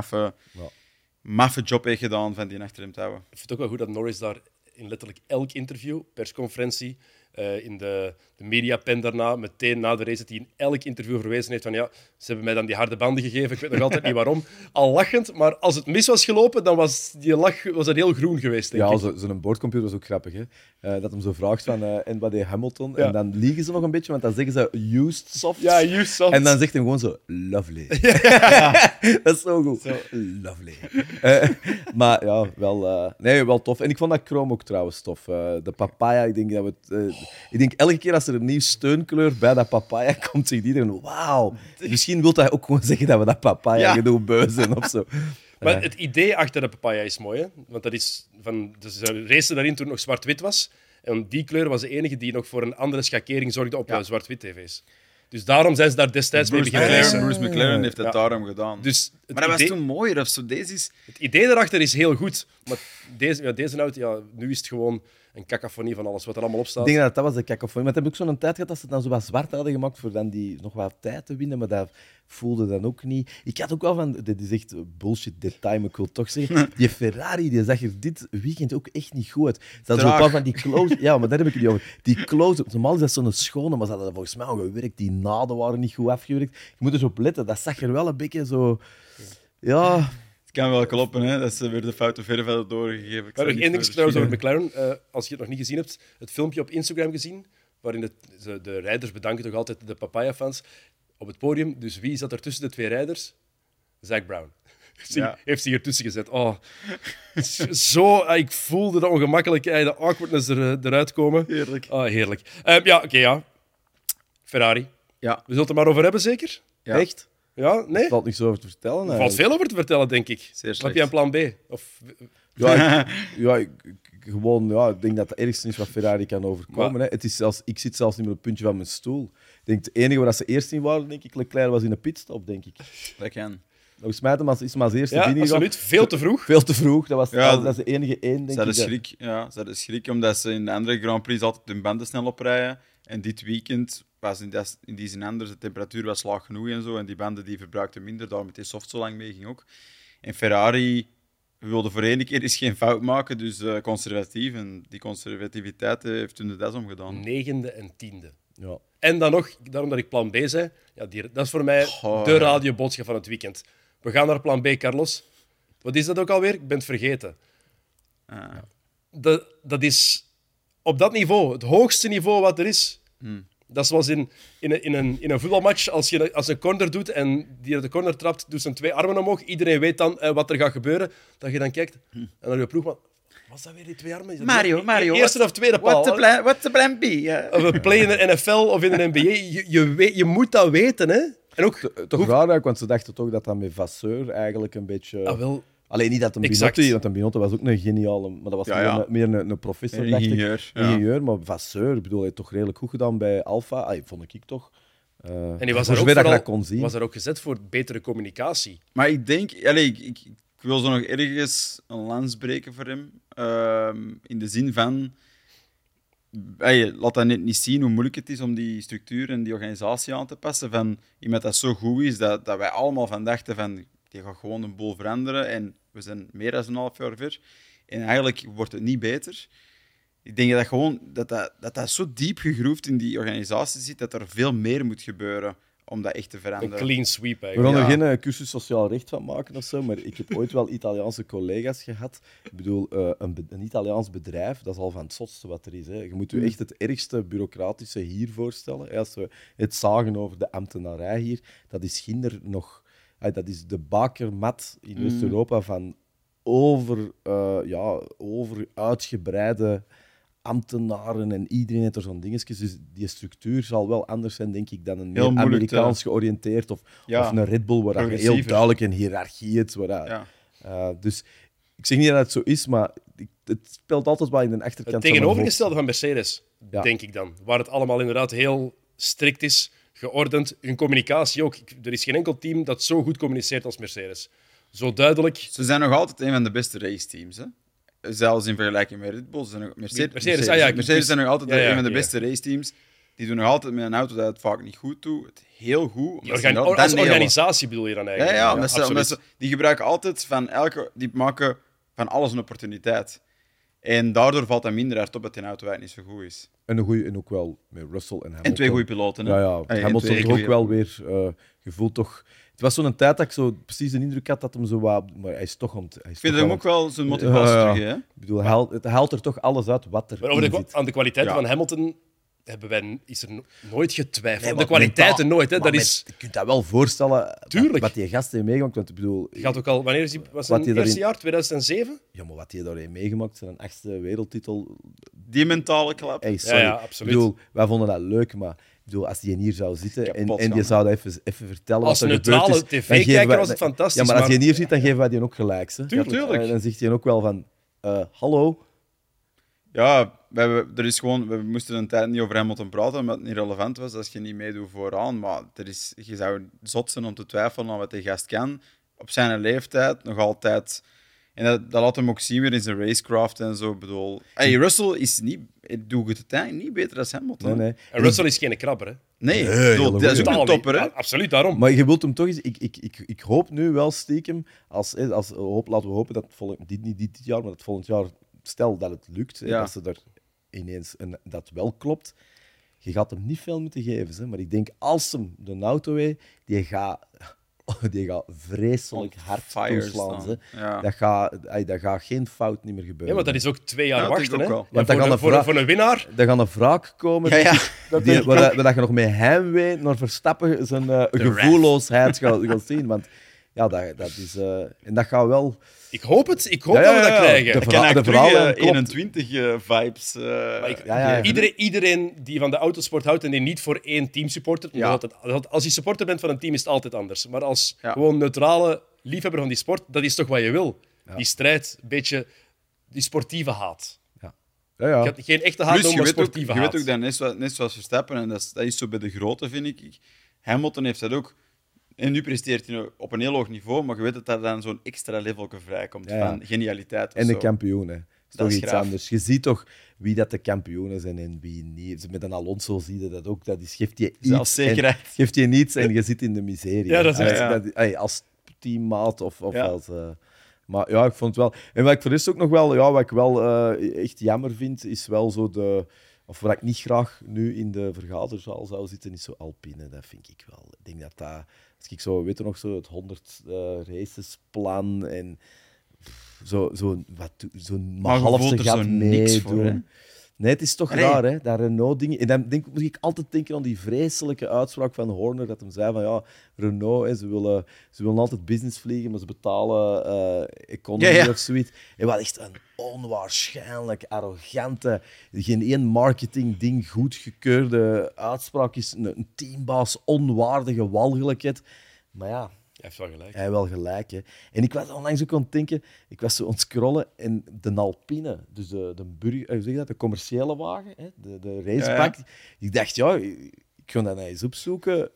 [SPEAKER 2] maffe job heeft gedaan van die achter hem te houden.
[SPEAKER 1] Ik vind het ook wel goed dat Norris daar in letterlijk elk interview, persconferentie, in de mediapen daarna, meteen na de race, dat hij in elk interview verwezen heeft van ja, ze hebben mij dan die harde banden gegeven, ik weet nog altijd niet waarom. Al lachend, maar als het mis was gelopen, dan was die lach er heel groen geweest, denk ik.
[SPEAKER 3] Zo'n boordcomputer is ook grappig. Hè? Dat hem zo vraagt van en wat deed Hamilton?
[SPEAKER 1] Ja.
[SPEAKER 3] En dan liegen ze nog een beetje, want dan zeggen ze used soft.
[SPEAKER 1] Ja, you soft.
[SPEAKER 3] En dan zegt hij gewoon zo, lovely. Dat is zo goed. Zo, lovely. Maar ja, wel tof. En ik vond dat Chrome ook trouwens tof. De papaya, ik denk dat ik denk elke keer als er een nieuw steunkleur bij dat papaya komt, zegt iedereen, wauw. Misschien wil hij ook gewoon zeggen dat we dat papaya gedoe beu zijn of zo.
[SPEAKER 1] Maar het idee achter de papaya is mooi, hè? Want dat is van, dus ze racen daarin toen het nog zwart-wit was. En die kleur was de enige die nog voor een andere schakering zorgde op zwart-wit tv's. Dus daarom zijn ze daar destijds mee beginnen racen.
[SPEAKER 2] Bruce McLaren heeft het daarom gedaan.
[SPEAKER 1] Dus
[SPEAKER 2] maar dat was toen mooier of zo. Deze is...
[SPEAKER 1] Het idee daarachter is heel goed. Maar deze auto, nu is het gewoon een cacophonie van alles wat er allemaal op staat.
[SPEAKER 3] Ik denk dat was de cacophonie. Maar het heb ik zo'n tijd gehad dat ze het dan zo wat zwart hadden gemaakt voor dan die nog wat tijd te winnen, maar dat voelde dan ook niet. Ik had ook wel van, dit is echt bullshit detail, maar ik wil toch zeggen, die Ferrari die zag er dit weekend ook echt niet goed uit. Ze hadden zo'n paar van die close... Ja, maar daar heb ik het niet over. Die close... Normaal is dat zo'n schone, maar ze hadden volgens mij al gewerkt. Die naden waren niet goed afgewerkt. Je moet er zo op letten. Dat zag er wel een beetje zo... Ja...
[SPEAKER 2] Het kan wel kloppen, hè? Dat ze weer de fouten verder doorgegeven.
[SPEAKER 1] Maar nog één ding trouwens over McLaren. Als je het nog niet gezien hebt, het filmpje op Instagram gezien, waarin de rijders bedanken toch altijd de Papaya-fans op het podium. Dus wie zat er tussen de twee rijders? Zac Brown. Heeft zich ertussen gezet. Oh, ik voelde de ongemakkelijkheid, de awkwardness eruit komen.
[SPEAKER 2] Heerlijk.
[SPEAKER 1] Oh, heerlijk. Ja. Ferrari.
[SPEAKER 2] Ja.
[SPEAKER 1] We zullen het er maar over hebben, zeker?
[SPEAKER 2] Ja.
[SPEAKER 3] Echt?
[SPEAKER 1] Ja, nee?
[SPEAKER 3] Er valt niks over te vertellen.
[SPEAKER 1] Er valt veel over te vertellen, denk ik.
[SPEAKER 2] Zeer
[SPEAKER 1] Of heb je een plan B? Of...
[SPEAKER 3] Ik denk dat het ergste is wat Ferrari kan overkomen. Hè. Het is ik zit zelfs niet meer op het puntje van mijn stoel. Ik denk, het enige waar ze eerst in waren, denk ik, Leclerc was in een pitstop, denk ik.
[SPEAKER 2] Dat kan.
[SPEAKER 3] Volgens mij is hem als eerste
[SPEAKER 1] Ja,
[SPEAKER 3] binnengegaan.
[SPEAKER 1] absoluut. Veel te vroeg.
[SPEAKER 3] Veel te vroeg. Dat
[SPEAKER 2] Ja,
[SPEAKER 3] is de enige één, denk ik.
[SPEAKER 2] Ze hadden schrik omdat ze in de andere Grand Prix altijd hun banden snel oprijden. En dit weekend was in die zin anders. De temperatuur was laag genoeg en zo. En die banden die verbruikten minder. Daarom met die soft zo lang mee ging ook. En Ferrari wilde voor één keer eens geen fout maken. Dus conservatief. En die conservativiteit heeft hun de das omgedaan.
[SPEAKER 1] 9e en 10e.
[SPEAKER 3] Ja.
[SPEAKER 1] En dan nog, daarom dat ik plan B zei, dat is voor mij de radioboodschap van het weekend. We gaan naar plan B, Carlos. Wat is dat ook alweer? Ik ben het vergeten. Dat is op dat niveau, het hoogste niveau wat er is. Dat is zoals in een voetbalmatch, als een corner doet en die de corner trapt, doet zijn twee armen omhoog. Iedereen weet dan wat er gaat gebeuren. Dat je dan kijkt en dan je ploeg... Was dat weer die twee armen?
[SPEAKER 2] Mario.
[SPEAKER 1] Eerste of tweede paal.
[SPEAKER 2] What's the plan B?
[SPEAKER 1] Of we play in de NFL of in de NBA. Je moet dat weten, hè? En ook...
[SPEAKER 3] Toch raar, want ze dachten toch dat dat met Vasseur eigenlijk een beetje... Alleen niet dat een Binotto, want een Binotto was ook een geniale... Maar dat was meer een professor,
[SPEAKER 2] een ingenieur.
[SPEAKER 3] Ingenieur, maar Vasseur, ik bedoel, hij heeft toch redelijk goed gedaan bij Alfa. Vond ik toch.
[SPEAKER 1] En die was daar ook gezet voor betere communicatie.
[SPEAKER 2] Maar ik denk... Ik wil zo nog ergens een lans breken voor hem. In de zin van... laat dat net niet zien hoe moeilijk het is om die structuur en die organisatie aan te passen. Van iemand dat zo goed is, dat wij allemaal van dachten van... Die gaat gewoon een boel veranderen en we zijn meer dan een half jaar ver. En eigenlijk wordt het niet beter. Ik denk dat zo diep gegroefd in die organisatie zit, dat er veel meer moet gebeuren om dat echt te veranderen.
[SPEAKER 1] Een clean sweep
[SPEAKER 3] We
[SPEAKER 1] eigenlijk.
[SPEAKER 3] gaan er geen cursus sociaal recht van maken of zo, maar ik heb ooit wel Italiaanse collega's gehad. Ik bedoel, een Italiaans bedrijf, dat is al van het zotste wat er is. Hè. Je moet je echt het ergste bureaucratische hier voorstellen. Als we het zagen over de ambtenarij hier, dat is ginder nog... Dat is de bakermat in West-Europa van over uitgebreide ambtenaren en iedereen heeft er zo'n dingetjes. Dus die structuur zal wel anders zijn, denk ik, dan een
[SPEAKER 2] Heel
[SPEAKER 3] meer
[SPEAKER 2] moeilijk
[SPEAKER 3] Amerikaans georiënteerd of een Red Bull, waar je heel
[SPEAKER 2] progressiever.
[SPEAKER 3] duidelijk een hiërarchie hebt. Dus ik zeg niet dat het zo is, maar het speelt altijd wel in de achterkant
[SPEAKER 1] Het
[SPEAKER 3] van mijn
[SPEAKER 1] tegenovergestelde van Mercedes,
[SPEAKER 3] Ja.
[SPEAKER 1] denk ik dan. Waar het allemaal inderdaad heel strikt is, geordend. Hun communicatie ook. Er is geen enkel team dat zo goed communiceert als Mercedes. Zo duidelijk.
[SPEAKER 2] Ze zijn nog altijd een van de beste raceteams. Hè? Zelfs in vergelijking met Red Bull. Ze zijn nog,
[SPEAKER 1] Mercedes, ah ja,
[SPEAKER 2] Mercedes zijn nog altijd
[SPEAKER 1] ja,
[SPEAKER 2] een van de
[SPEAKER 1] ja.
[SPEAKER 2] beste raceteams. Die doen nog altijd met een auto dat het vaak niet goed doet. Het heel goed.
[SPEAKER 1] Die
[SPEAKER 2] omdat ze
[SPEAKER 1] als
[SPEAKER 2] dat nelen.
[SPEAKER 1] organisatie bedoel je dan
[SPEAKER 2] Ja,
[SPEAKER 1] eigenlijk?
[SPEAKER 2] ja, omdat
[SPEAKER 1] absoluut.
[SPEAKER 2] die gebruiken altijd die maken van alles een opportuniteit. En daardoor valt dat minder hard op dat die auto eigenlijk niet zo goed is.
[SPEAKER 3] En een goeie, en ook wel met Russell en Hamilton.
[SPEAKER 2] En twee goede piloten. Hè?
[SPEAKER 3] Ja,
[SPEAKER 2] En
[SPEAKER 3] Hamilton
[SPEAKER 2] twee
[SPEAKER 3] toch ook
[SPEAKER 2] goeie-
[SPEAKER 3] wel weer gevoeld toch... Het was zo'n tijd dat ik zo precies de indruk had dat hem zo wat... Maar hij is toch...
[SPEAKER 2] Ik vind hem ook wel zijn motivatie
[SPEAKER 3] Ja, ja.
[SPEAKER 2] terug. Hè?
[SPEAKER 3] Ik bedoel, het haalt er toch alles uit wat er
[SPEAKER 1] Maar over
[SPEAKER 3] zit.
[SPEAKER 1] aan de kwaliteiten
[SPEAKER 2] Ja.
[SPEAKER 1] van Hamilton is er nooit getwijfeld.
[SPEAKER 3] Nee,
[SPEAKER 1] de
[SPEAKER 3] maar
[SPEAKER 1] kwaliteiten
[SPEAKER 3] mentaal-
[SPEAKER 1] nooit. Hè.
[SPEAKER 3] maar
[SPEAKER 1] Dat is,
[SPEAKER 3] je kunt dat wel voorstellen,
[SPEAKER 1] Tuurlijk.
[SPEAKER 3] wat die gast heeft meegemaakt. Want ik bedoel,
[SPEAKER 1] gaat ook al, wanneer is die, was
[SPEAKER 3] Wat
[SPEAKER 1] zijn
[SPEAKER 3] die
[SPEAKER 1] eerste
[SPEAKER 3] daarin-
[SPEAKER 1] jaar? 2007?
[SPEAKER 3] ja, maar wat hij daar heeft meegemaakt, zijn 8e wereldtitel.
[SPEAKER 2] Die mentale klap.
[SPEAKER 3] Hey, sorry.
[SPEAKER 1] Ja, absoluut.
[SPEAKER 3] Ik bedoel, wij vonden dat leuk, maar ik bedoel, als die hier zou zitten
[SPEAKER 2] Kapot
[SPEAKER 3] en die
[SPEAKER 2] gaan.
[SPEAKER 3] zou dat even vertellen
[SPEAKER 1] Als
[SPEAKER 3] wat er
[SPEAKER 1] neutrale
[SPEAKER 3] gebeurd is, dan geven
[SPEAKER 1] tv-kijker
[SPEAKER 3] wij-
[SPEAKER 1] was het fantastisch.
[SPEAKER 3] Ja, maar als
[SPEAKER 1] maar
[SPEAKER 3] je hier zit, dan geven wij die ook gelijk. Hè.
[SPEAKER 2] Tuurlijk.
[SPEAKER 3] Dan zegt hij ook wel van, hallo.
[SPEAKER 2] Ja, we moesten een tijd niet over Hamilton praten, omdat het niet relevant was als je niet meedoet vooraan. Maar je zou zot zijn om te twijfelen aan wat die gast kan. Op zijn leeftijd nog altijd. En dat laat hem ook zien weer in zijn racecraft en zo. Ik bedoel, Russell doet het uiteindelijk niet beter dan Hamilton.
[SPEAKER 3] Nee.
[SPEAKER 1] En Russell is geen krabber, hè?
[SPEAKER 2] Nee,
[SPEAKER 3] Nee,
[SPEAKER 2] ik bedoel,
[SPEAKER 3] hele
[SPEAKER 2] dat is ook
[SPEAKER 3] goeie.
[SPEAKER 2] een topper, hè?
[SPEAKER 1] Ja, absoluut, daarom.
[SPEAKER 3] Maar je wilt hem toch eens... Ik hoop nu wel stiekem, laten we hopen dat niet dit jaar, maar dat volgend jaar, stel dat het lukt, hè,
[SPEAKER 2] Ja.
[SPEAKER 3] dat ze er ineens dat wel klopt, je gaat hem niet veel moeten geven. Hè, maar ik denk, als hem de auto heeft, die gaat vreselijk
[SPEAKER 2] On
[SPEAKER 3] hard
[SPEAKER 2] fire
[SPEAKER 3] toeslaan.
[SPEAKER 2] staan.
[SPEAKER 3] Hè.
[SPEAKER 2] Ja.
[SPEAKER 3] Dat gaat geen fout niet meer gebeuren.
[SPEAKER 1] Ja, maar dat is ook 2 jaar
[SPEAKER 2] Ja, dat denk
[SPEAKER 1] wachten,
[SPEAKER 2] ik
[SPEAKER 1] hè?
[SPEAKER 2] ook wel.
[SPEAKER 3] Want dan
[SPEAKER 1] voor,
[SPEAKER 3] gaan
[SPEAKER 1] een,
[SPEAKER 3] de vra-
[SPEAKER 1] voor een winnaar.
[SPEAKER 3] Er gaat een wraak komen,
[SPEAKER 2] Ja, ja.
[SPEAKER 3] waar je nog met heimwee naar Verstappen zijn gevoelloosheid gaat zien. Want ja, dat is... en dat gaat wel...
[SPEAKER 1] Ik hoop het. Ik hoop
[SPEAKER 3] Ja,
[SPEAKER 1] dat we
[SPEAKER 3] ja,
[SPEAKER 1] dat
[SPEAKER 3] ja.
[SPEAKER 1] krijgen.
[SPEAKER 3] De
[SPEAKER 2] Ik kan
[SPEAKER 3] de
[SPEAKER 2] eigenlijk
[SPEAKER 3] verhalen
[SPEAKER 2] terug
[SPEAKER 3] klopt.
[SPEAKER 2] 21 vibes.
[SPEAKER 3] Ja.
[SPEAKER 1] Iedereen die van de autosport houdt en die niet voor één team supportert,
[SPEAKER 2] Ja.
[SPEAKER 1] als je supporter bent van een team is het altijd anders. Maar als
[SPEAKER 2] Ja.
[SPEAKER 1] gewoon neutrale liefhebber van die sport, dat is toch wat je wil. Die strijd, een beetje die sportieve haat.
[SPEAKER 3] Ja.
[SPEAKER 1] Geen echte haat,
[SPEAKER 2] Plus,
[SPEAKER 1] maar
[SPEAKER 2] je
[SPEAKER 1] sportieve
[SPEAKER 2] weet
[SPEAKER 1] haat.
[SPEAKER 2] ook dat net zoals Verstappen, en dat is zo bij de grote, vind ik. Hamilton heeft dat ook. En nu presteert hij op een heel hoog niveau, maar je weet dat daar dan zo'n extra levelke vrijkomt
[SPEAKER 3] Ja.
[SPEAKER 2] van genialiteit. of
[SPEAKER 3] En de
[SPEAKER 2] zo.
[SPEAKER 3] kampioen, hè. Dat is
[SPEAKER 2] Dat
[SPEAKER 3] toch
[SPEAKER 2] is
[SPEAKER 3] iets
[SPEAKER 2] graaf.
[SPEAKER 3] anders. Je ziet toch wie dat de kampioenen zijn en wie niet. Met een Alonso zie je dat ook. Dat is, geeft je iets.
[SPEAKER 2] Zelfzekerheid.
[SPEAKER 3] Geeft je niets en je zit in de miserie.
[SPEAKER 1] Ja, dat is echt-
[SPEAKER 3] Als teammaat of
[SPEAKER 2] Ja.
[SPEAKER 3] als... maar ja, ik vond het wel... En wat ik voor de rest ook nog wel... Ja, wat ik wel echt jammer vind, is wel zo de... Of wat ik niet graag nu in de vergaderzaal zou zitten, is zo Alpine. Dat vind ik wel. Ik denk dat... Als ik zo, weet je nog, zo het 100 races plan en zo'n
[SPEAKER 2] Maar je
[SPEAKER 3] halfste
[SPEAKER 2] voelt er
[SPEAKER 3] gat
[SPEAKER 2] zo niks voor,
[SPEAKER 3] meedoen.
[SPEAKER 2] hè?
[SPEAKER 3] Nee, het is toch
[SPEAKER 2] Nee.
[SPEAKER 3] raar, hè? Dat Renault-ding. En dan moet ik altijd denken aan die vreselijke uitspraak van Horner, dat hem zei van ja, Renault, hè, ze willen altijd business vliegen, maar ze betalen economy
[SPEAKER 2] Ja.
[SPEAKER 3] of zoiets. En wat echt een onwaarschijnlijk arrogante, geen één marketing-ding goedgekeurde uitspraak is, een teambaas onwaardige walgelijkheid. Maar ja,
[SPEAKER 1] Hij heeft wel gelijk.
[SPEAKER 3] hij heeft wel gelijk. Hè. En ik was onlangs ook aan het denken, ik was zo aan het scrollen en de Alpine, dus de burger, hoe zeg je dat, de commerciële wagen, hè, de racebak, ik dacht, ja, ik ga dat nou eens opzoeken.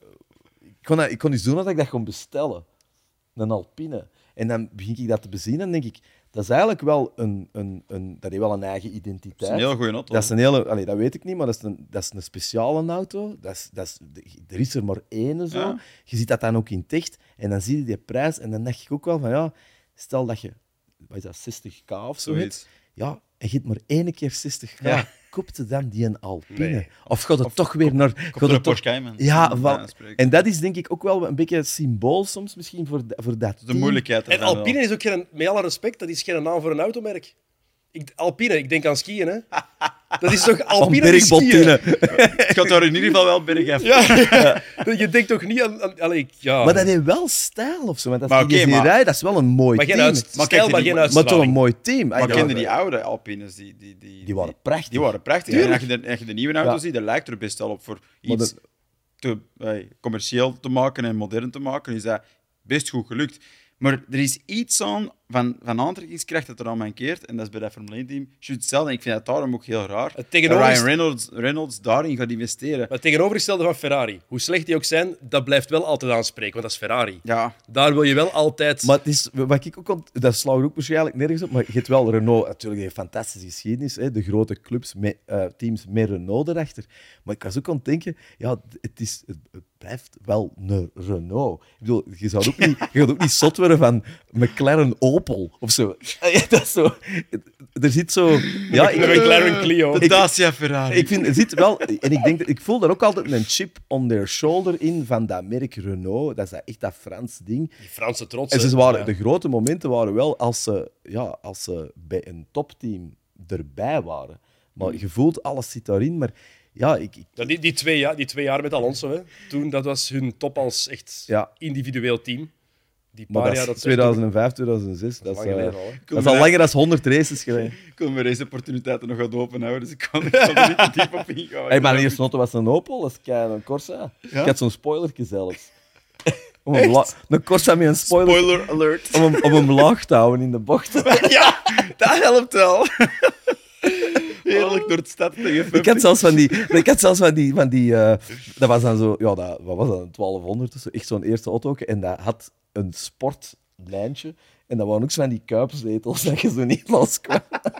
[SPEAKER 3] Ik kon eens doen dat ik dat kon bestellen. Een Alpine. En dan begin ik dat te bezien en denk ik, dat is eigenlijk wel dat heeft wel een eigen identiteit.
[SPEAKER 2] Dat is een heel goede auto.
[SPEAKER 3] Dat is een hele... Allee, dat weet ik niet, maar dat is een speciale auto. Er is er maar één zo.
[SPEAKER 2] Ja.
[SPEAKER 3] Je ziet dat dan ook in het echt. En dan zie je die prijs. En dan dacht ik ook wel van, ja... Stel dat je... Wat is dat, 60k of zo
[SPEAKER 2] Zoiets.
[SPEAKER 3] hebt. Ja, en je hebt maar één keer 60k.
[SPEAKER 2] Ja.
[SPEAKER 3] Koopt je dan die een Alpine?
[SPEAKER 1] Nee.
[SPEAKER 3] Of gaat het toch weer naar...
[SPEAKER 2] Komt
[SPEAKER 3] gaat
[SPEAKER 2] er een
[SPEAKER 3] het toch-
[SPEAKER 2] Porsche Cayman.
[SPEAKER 3] Ja,
[SPEAKER 2] Bij
[SPEAKER 3] wel,
[SPEAKER 2] wijze van spreken.
[SPEAKER 3] en dat is denk ik ook wel een beetje symbool soms misschien voor dat
[SPEAKER 2] De
[SPEAKER 3] team.
[SPEAKER 2] moeilijkheid
[SPEAKER 1] En
[SPEAKER 2] ervan
[SPEAKER 1] Alpine
[SPEAKER 2] wel.
[SPEAKER 1] is ook geen, met alle respect, dat is geen naam voor een automerk. Alpine, ik denk aan skiën, hè? Dat is toch Alpine
[SPEAKER 3] Van
[SPEAKER 1] die skiën?
[SPEAKER 3] bergbottine.
[SPEAKER 2] Ik had daar in ieder geval wel berg af.
[SPEAKER 1] Ja. Je denkt toch niet aan allee, ja.
[SPEAKER 3] Maar dat heeft wel stijl of zo. Want als
[SPEAKER 2] Maar
[SPEAKER 3] je
[SPEAKER 2] oké,
[SPEAKER 3] die
[SPEAKER 2] maar-
[SPEAKER 3] rijdt, dat is wel een mooi
[SPEAKER 1] maar geen
[SPEAKER 3] team.
[SPEAKER 1] uitstraling,
[SPEAKER 2] Maar kijk,
[SPEAKER 1] maar
[SPEAKER 2] die-
[SPEAKER 1] geen
[SPEAKER 2] maar
[SPEAKER 3] Maar toch een
[SPEAKER 1] uitstraling.
[SPEAKER 3] mooi team.
[SPEAKER 2] Maar kende die oude Alpines? Die
[SPEAKER 3] waren prachtig.
[SPEAKER 2] Die waren prachtig. En als je de nieuwe auto
[SPEAKER 3] Ja.
[SPEAKER 2] ziet, dat lijkt er best wel op voor
[SPEAKER 3] Maar
[SPEAKER 2] iets commercieel te maken en modern te maken. Is dat best goed gelukt. Maar er is iets aan van aantrekkingskracht dat er aan mankeert. En dat is bij dat Formule 1-team juist hetzelfde. En ik vind dat daarom ook heel raar.
[SPEAKER 1] Het
[SPEAKER 2] Dat
[SPEAKER 1] tegenovergestelde-
[SPEAKER 2] Ryan Reynolds daarin gaat investeren.
[SPEAKER 1] Maar het tegenovergestelde van Ferrari. Hoe slecht die ook zijn, dat blijft wel altijd aanspreken, want dat is Ferrari.
[SPEAKER 2] Ja,
[SPEAKER 1] Daar wil je wel altijd...
[SPEAKER 3] Maar het is, wat ik ook dat slaat ook waarschijnlijk nergens op, maar je hebt wel Renault, natuurlijk, die heeft fantastische geschiedenis, hè, de grote clubs, met, teams met Renault erachter. Maar ik was ook aan het denken, ja, het blijft wel een Renault. Ik bedoel, je gaat ook niet zot worden van McLaren Opel of zo. Dat is zo. Er zit zo... Ja,
[SPEAKER 1] Een McLaren Clio.
[SPEAKER 2] de Dacia Ferrari.
[SPEAKER 3] Ik vind, er zit wel... En ik denk, ik voel daar ook altijd een chip on their shoulder in van dat merk Renault. Dat is echt dat Frans ding.
[SPEAKER 1] Die Franse trots.
[SPEAKER 3] En
[SPEAKER 1] hè.
[SPEAKER 3] ze waren,
[SPEAKER 1] Ja.
[SPEAKER 3] de grote momenten waren wel als ze bij een topteam erbij waren. Maar je voelt, alles zit daarin. Maar ja,
[SPEAKER 1] Ja, die 2 jaar met Alonso, hè. Toen, dat was hun top als echt
[SPEAKER 3] Ja.
[SPEAKER 1] individueel team. Die
[SPEAKER 3] maar
[SPEAKER 1] paar
[SPEAKER 3] dat
[SPEAKER 1] jaar,
[SPEAKER 3] is
[SPEAKER 1] dat
[SPEAKER 3] 2005, 2006. Dat is,
[SPEAKER 1] lang geleden al, hè.
[SPEAKER 3] dat is al langer dan 100 races geleden.
[SPEAKER 2] Ik kon mijn raceopportuniteiten nog wat openhouden, dus ik kon er niet te diep op ingaan.
[SPEAKER 3] Hey, mijn eerste auto was een Opel, dat is een Corsa. Ik had zo'n spoilertje zelfs. Een Corsa met een spoiler.
[SPEAKER 2] Spoiler alert.
[SPEAKER 3] Om hem laag te houden in de bocht.
[SPEAKER 2] Ja, dat helpt wel. Heerlijk door het stad tegen
[SPEAKER 3] Ik had zelfs van die dat was dan zo, ja, wat was dat, een 1200 of zo, echt zo'n eerste auto. En dat had een sportlijntje. En dat waren ook zo van die kuipzetels dat je zo niet los kwam.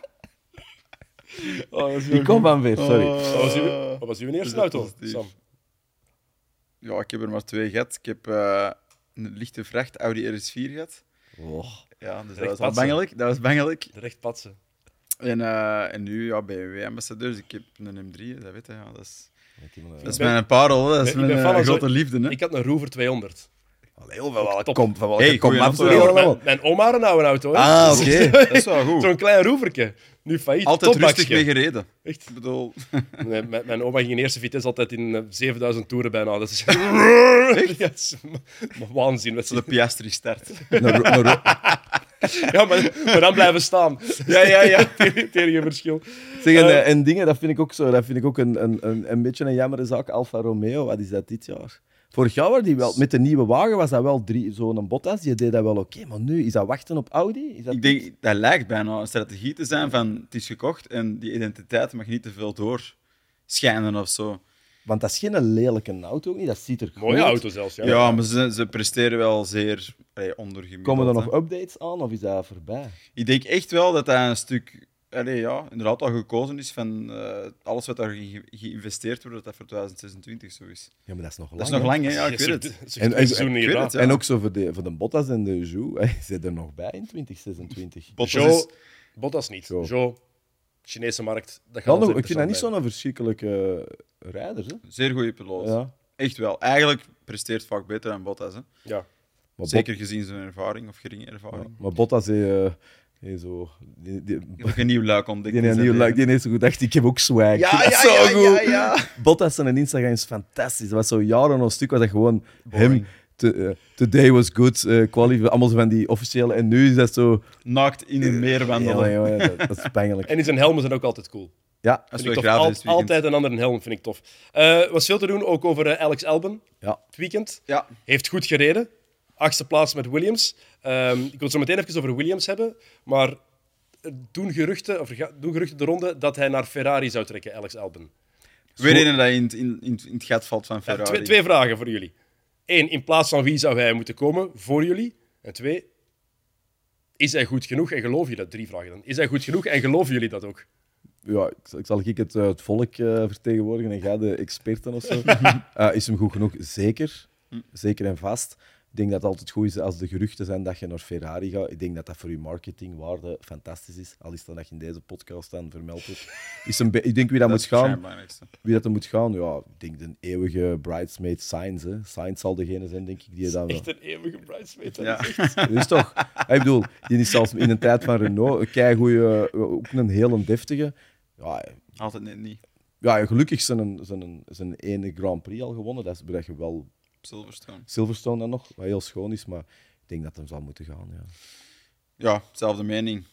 [SPEAKER 3] Ik kom van weer, sorry.
[SPEAKER 1] Wat was uw eerste auto,
[SPEAKER 2] positief.
[SPEAKER 1] Sam?
[SPEAKER 2] Ja, ik heb er maar 2 gehad. Ik heb een lichte vracht Audi RS4 gehad.
[SPEAKER 3] Oh.
[SPEAKER 2] Ja, dus
[SPEAKER 1] Recht
[SPEAKER 2] dat was
[SPEAKER 1] patsen.
[SPEAKER 2] bangelijk. Dat was bangelijk.
[SPEAKER 1] De recht patsen.
[SPEAKER 2] En nu, ja, BMW-ambassadeurs. Ik heb een M3, dat weet je. Ja, dat is
[SPEAKER 1] ben-
[SPEAKER 2] mijn parel, hè. Dat is
[SPEAKER 1] ik ben
[SPEAKER 2] mijn
[SPEAKER 1] fan van
[SPEAKER 2] grote
[SPEAKER 1] zo-
[SPEAKER 2] liefde. Hè.
[SPEAKER 1] Ik had een Rover 200.
[SPEAKER 3] Allee, van welke
[SPEAKER 1] Top.
[SPEAKER 3] kom, van welke
[SPEAKER 2] Hey,
[SPEAKER 3] kom
[SPEAKER 2] goeie
[SPEAKER 3] af,
[SPEAKER 2] auto,
[SPEAKER 3] sorry,
[SPEAKER 2] ja.
[SPEAKER 3] allemaal.
[SPEAKER 1] Mijn oma had een oude auto, hè.
[SPEAKER 3] Ah, oké.
[SPEAKER 2] Dat is wel goed.
[SPEAKER 1] Zo'n klein Roverke. Nu failliet.
[SPEAKER 2] Altijd
[SPEAKER 1] topbakje.
[SPEAKER 2] rustig mee gereden.
[SPEAKER 1] Echt.
[SPEAKER 2] Ik bedoel...
[SPEAKER 1] Mijn oma ging in eerste Vitesse altijd in 7000 toeren bijna. Dat is... Ja, dat is waanzin. Dat is...
[SPEAKER 2] De Piastri start.
[SPEAKER 1] Ja, maar dan blijven staan. Ja. Tegen je verschil.
[SPEAKER 3] Zeg, en dingen, dat vind ik ook zo. Dat vind ik ook een beetje een jammere zaak. Alfa Romeo, wat is dat dit jaar? Vorig jaar waren die wel, met de nieuwe wagen was dat wel zo'n Bottas, die deed dat wel oké. Maar nu, is dat wachten op Audi? Is dat
[SPEAKER 2] Ik denk, dat lijkt bijna een strategie te zijn van het is gekocht en die identiteit mag niet te veel doorschijnen of zo.
[SPEAKER 3] Want dat is geen lelijke auto ook niet, dat ziet er goed
[SPEAKER 1] Mooie
[SPEAKER 3] uit.
[SPEAKER 1] auto zelfs. Ja.
[SPEAKER 2] Ja, maar ze presteren wel zeer ondergemiddeld.
[SPEAKER 3] Komen er nog
[SPEAKER 2] hè.
[SPEAKER 3] updates aan of is dat voorbij?
[SPEAKER 2] Ik denk echt wel dat dat een stuk... inderdaad al gekozen is van alles wat daar geïnvesteerd wordt, dat dat voor 2026 zo is.
[SPEAKER 3] Ja, maar dat is nog lang.
[SPEAKER 2] Dat is nog
[SPEAKER 3] hè.
[SPEAKER 2] lang, hè? Ja, ik weet het.
[SPEAKER 1] En,
[SPEAKER 2] ik weet het, ja.
[SPEAKER 3] En ook zo voor de Bottas en de Zhou, zit er nog bij in 2026.
[SPEAKER 2] Bottas
[SPEAKER 1] Joe,
[SPEAKER 2] is-
[SPEAKER 1] Bottas niet.
[SPEAKER 3] Zo.
[SPEAKER 1] Joe, Chinese markt. Dat
[SPEAKER 3] Ja,
[SPEAKER 1] gaat
[SPEAKER 3] nog,
[SPEAKER 1] altijd
[SPEAKER 3] ik vind dat niet
[SPEAKER 1] interessant
[SPEAKER 3] zo'n verschrikkelijke rijder. Hè?
[SPEAKER 2] zeer goede piloot.
[SPEAKER 3] Ja.
[SPEAKER 2] Echt wel. Eigenlijk presteert vaak beter dan Bottas. Hè?
[SPEAKER 1] blijven. Ja.
[SPEAKER 3] Maar
[SPEAKER 2] Zeker gezien zijn ervaring of geringe ervaring.
[SPEAKER 3] Maar Bottas heeft zo... Die
[SPEAKER 2] Nog een nieuw luik ontdekt.
[SPEAKER 3] die
[SPEAKER 2] in zijn leven.
[SPEAKER 3] heeft zo goed echt, ik heb ook swag.
[SPEAKER 2] Ja,
[SPEAKER 3] Dat is
[SPEAKER 2] ja,
[SPEAKER 3] zo
[SPEAKER 2] ja,
[SPEAKER 3] goed.
[SPEAKER 2] ja, ja.
[SPEAKER 3] Bottas zijn Instagram is fantastisch. Dat was zo jaren een stuk, was dat gewoon hem... Today was good, allemaal zo van die officiële. En nu is dat zo...
[SPEAKER 2] Naakt in een meer wandelen.
[SPEAKER 3] Ja, dat is pijnlijk.
[SPEAKER 1] En in zijn helmen zijn ook altijd cool.
[SPEAKER 3] Ja,
[SPEAKER 2] Dat is
[SPEAKER 1] Vind
[SPEAKER 2] wel
[SPEAKER 1] ik tof.
[SPEAKER 2] graaf dit weekend.
[SPEAKER 1] Altijd een andere helm vind ik tof. Was veel te doen ook over Alex Albon.
[SPEAKER 3] ja.
[SPEAKER 1] Het weekend.
[SPEAKER 2] Ja.
[SPEAKER 1] Heeft goed gereden. 8e plaats met Williams. Ik wil het zo meteen even over Williams hebben. Maar doen geruchten de ronde dat hij naar Ferrari zou trekken, Alex Albon.
[SPEAKER 2] Weer een dat in het gat valt van
[SPEAKER 1] Ja,
[SPEAKER 2] Ferrari.
[SPEAKER 1] twee vragen voor jullie. 1, in plaats van wie zou hij moeten komen voor jullie? En 2, is hij goed genoeg en geloven jullie dat? 3 vragen dan. Is hij goed genoeg en geloven jullie dat ook?
[SPEAKER 3] Ja, ik zal het volk vertegenwoordigen en jij de experten of zo. Is hem goed genoeg? Zeker. Zeker en vast. Ik denk dat het altijd goed is als de geruchten zijn dat je naar Ferrari gaat. Ik denk dat dat voor je marketingwaarde fantastisch is. Al is dat je in deze podcast dan vermeld hebt. Ik denk wie dat moet gaan. Wie dat er moet gaan, ja, ik denk de eeuwige bridesmaid Sainz. Hè. Sainz zal degene zijn, denk ik, die dan...
[SPEAKER 1] Echt een eeuwige bridesmaid.
[SPEAKER 2] Ja.
[SPEAKER 3] Dat is toch... Ik bedoel, die is zelfs in een tijd van Renault een keigoeie, ook een hele deftige. Ja,
[SPEAKER 2] Altijd net niet.
[SPEAKER 3] ja, gelukkig zijn ene Grand Prix al gewonnen. Dat is dat je wel Silverstone dan nog, wat heel schoon is, maar ik denk dat hem zal moeten gaan. Ja.
[SPEAKER 2] Ja, dezelfde mening.